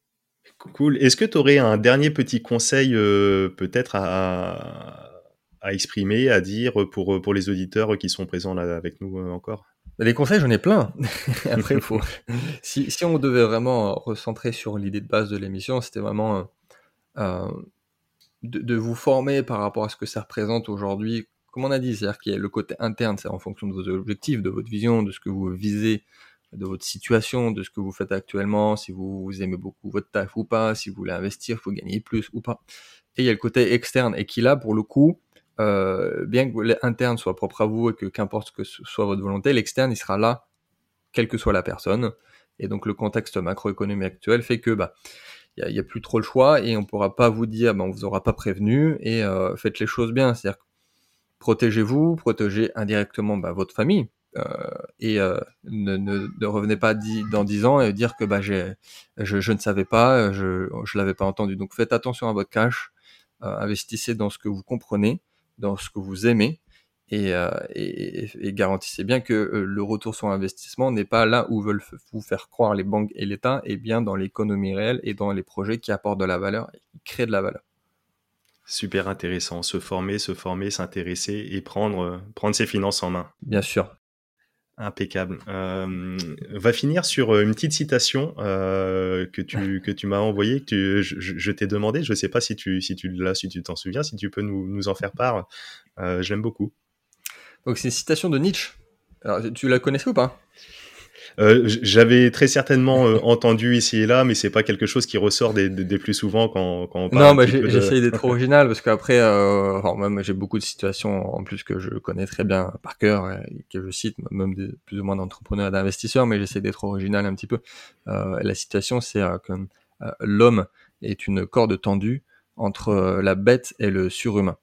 Cool. Est-ce que tu aurais un dernier petit conseil euh, peut-être à, à exprimer, à dire pour, pour les auditeurs qui sont présents là avec nous euh, encore? Les conseils, j'en ai plein. Après, il faut. Si, si on devait vraiment recentrer sur l'idée de base de l'émission, c'était vraiment euh, euh, de, de vous former par rapport à ce que ça représente aujourd'hui. Comme on a dit, c'est-à-dire qu'il y a le côté interne, c'est en fonction de vos objectifs, de votre vision, de ce que vous visez, de votre situation, de ce que vous faites actuellement, si vous, vous aimez beaucoup votre taf ou pas, si vous voulez investir, il faut gagner plus ou pas. Et il y a le côté externe, et qui là, pour le coup, euh, bien que l'interne soit propre à vous et que qu'importe ce que ce soit votre volonté, l'externe, il sera là, quelle que soit la personne. Et donc le contexte macroéconomique actuel fait que bah il y a, y a plus trop le choix et on pourra pas vous dire bah, on vous aura pas prévenu et euh, faites les choses bien, c'est-à-dire protégez-vous, protégez indirectement bah, votre famille euh, et euh, ne, ne, ne revenez pas dix, dans dix ans et dire que bah j'ai je, je ne savais pas, je je l'avais pas entendu. Donc faites attention à votre cash, euh, investissez dans ce que vous comprenez, dans ce que vous aimez et, euh, et, et garantissez bien que euh, le retour sur investissement n'est pas là où veulent f- vous faire croire les banques et l'État, et bien dans l'économie réelle et dans les projets qui apportent de la valeur et qui créent de la valeur. Super intéressant. Se former, se former, s'intéresser et prendre, euh, prendre ses finances en main. Bien sûr. Impeccable. Euh, on va finir sur une petite citation euh, que tu que tu m'as envoyée, que tu, je, je- je t'ai demandé. Je sais pas si tu si tu l'as, si tu t'en souviens, si tu peux nous, nous en faire part. Euh, j'aime beaucoup. Donc c'est une citation de Nietzsche. Alors tu la connaissais ou pas? Euh, j- j'avais très certainement euh, entendu ici et là, mais c'est pas quelque chose qui ressort des, des, des plus souvent quand, quand on parle Non, un bah petit j'ai- peu de. j'essaye d'être original parce qu'après, euh, enfin, même j'ai beaucoup de situations en plus que je connais très bien par cœur et que je cite, même des, plus ou moins d'entrepreneurs et d'investisseurs, mais j'essaie d'être original un petit peu. Euh, la situation, c'est euh, que euh, l'homme est une corde tendue entre euh, la bête et le surhumain.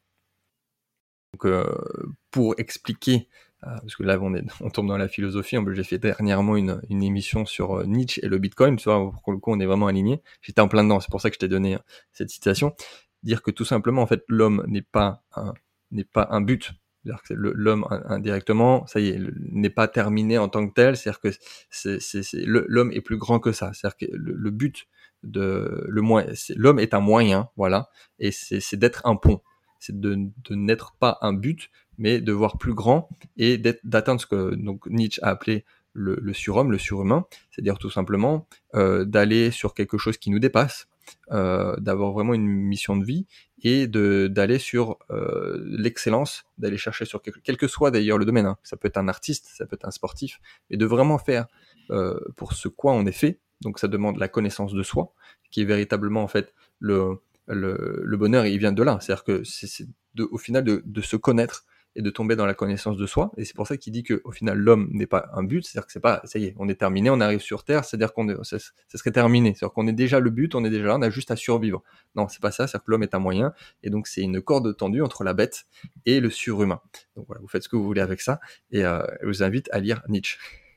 Donc, euh, pour expliquer, euh, parce que là on, est, on tombe dans la philosophie, en plus j'ai fait dernièrement une, une émission sur euh, Nietzsche et le Bitcoin, tu vois, pour le coup on est vraiment aligné. J'étais en plein dedans, c'est pour ça que je t'ai donné euh, cette citation. Dire que tout simplement, en fait, l'homme n'est pas un, n'est pas un but. C'est-à-dire que le- l'homme indirectement, ça y est, le- n'est pas terminé en tant que tel. C'est-à-dire que c'est, c'est, c'est, le- l'homme est plus grand que ça. C'est-à-dire que le, le but de le moyen, c'est, l'homme est un moyen, voilà, et c'est, c'est d'être un pont. C'est de, de n'être pas un but, mais de voir plus grand et d'être, d'atteindre ce que donc Nietzsche a appelé le, le surhomme, le surhumain, c'est-à-dire tout simplement euh, d'aller sur quelque chose qui nous dépasse, euh, d'avoir vraiment une mission de vie et de d'aller sur euh, l'excellence, d'aller chercher sur quelque, quel que soit d'ailleurs le domaine. Hein. Ça peut être un artiste, ça peut être un sportif, mais de vraiment faire euh, pour ce quoi on est fait. Donc ça demande la connaissance de soi, qui est véritablement en fait le le, le bonheur. Il vient de là, c'est-à-dire que c'est, c'est de, au final de, de se connaître et de tomber dans la connaissance de soi. Et c'est pour ça qu'il dit que au final l'homme n'est pas un but, c'est-à-dire que c'est pas ça y est, on est terminé, on arrive sur Terre, c'est-à-dire qu'on est, ça, ça serait terminé, c'est-à-dire qu'on est déjà le but, on est déjà là, on a juste à survivre. Non, c'est pas ça, c'est-à-dire que l'homme est un moyen, et donc c'est une corde tendue entre la bête et le surhumain. Donc voilà, vous faites ce que vous voulez avec ça, et euh, je vous invite à lire Nietzsche.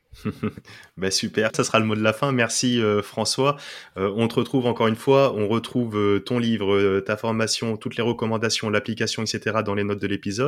Ben super, ça sera le mot de la fin. Merci euh, François. Euh, on te retrouve encore une fois. On retrouve euh, ton livre, euh, ta formation, toutes les recommandations, l'application, et cetera dans les notes de l'épisode.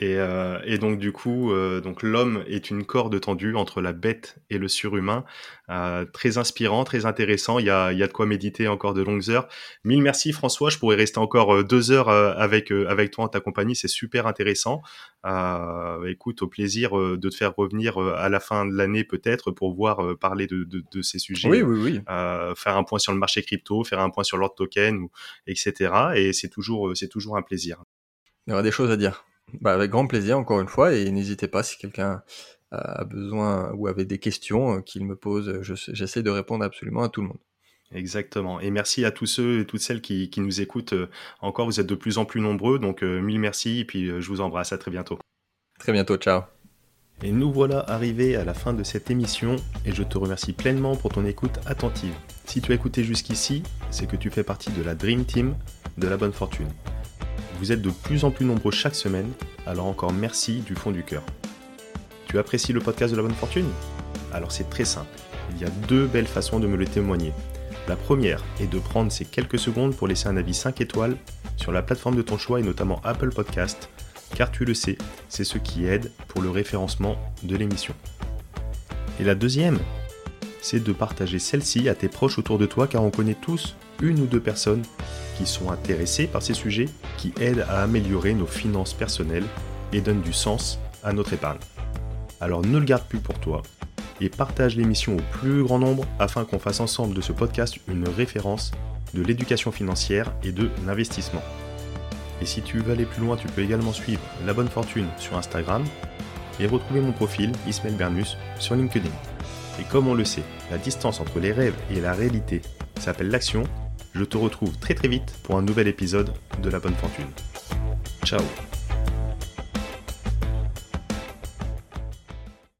Et, euh, et donc du coup, euh, donc l'homme est une corde tendue entre la bête et le surhumain. Euh, très inspirant, très intéressant. Il y a, il y a de quoi méditer encore de longues heures. Mille merci François. Je pourrais rester encore euh, deux heures euh, avec euh, avec toi en ta compagnie. C'est super intéressant. Euh, écoute, au plaisir euh, de te faire revenir euh, à la fin de l'année peut-être pour voir euh, parler de, de, de ces sujets. Oui, oui, oui. Euh, faire un point sur le marché crypto, faire un point sur l'ordre token, ou, et cetera. Et c'est toujours, c'est toujours un plaisir. Il y aura des choses à dire. Bah, avec grand plaisir, encore une fois, et n'hésitez pas si quelqu'un a besoin ou avait des questions qu'il me pose. Je, j'essaie de répondre absolument à tout le monde. Exactement. Et merci à tous ceux et toutes celles qui, qui nous écoutent encore. Vous êtes de plus en plus nombreux, donc euh, mille merci. Et puis euh, je vous embrasse. À très bientôt. Très bientôt. Ciao. Et nous voilà arrivés à la fin de cette émission et je te remercie pleinement pour ton écoute attentive. Si tu as écouté jusqu'ici, c'est que tu fais partie de la Dream Team de la bonne fortune. Vous êtes de plus en plus nombreux chaque semaine, alors encore merci du fond du cœur. Tu apprécies le podcast de la bonne fortune ? Alors c'est très simple, il y a deux belles façons de me le témoigner. La première est de prendre ces quelques secondes pour laisser un avis cinq étoiles sur la plateforme de ton choix et notamment Apple Podcast, car tu le sais, c'est ce qui aide pour le référencement de l'émission. Et la deuxième, c'est de partager celle-ci à tes proches autour de toi, car on connaît tous une ou deux personnes qui sont intéressées par ces sujets, qui aident à améliorer nos finances personnelles et donnent du sens à notre épargne. Alors ne le garde plus pour toi et partage l'émission au plus grand nombre afin qu'on fasse ensemble de ce podcast une référence de l'éducation financière et de l'investissement. Et si tu veux aller plus loin, tu peux également suivre La Bonne Fortune sur Instagram et retrouver mon profil Ismaël Bernus sur LinkedIn. Et comme on le sait, la distance entre les rêves et la réalité s'appelle l'action. Je te retrouve très très vite pour un nouvel épisode de La Bonne Fortune. Ciao.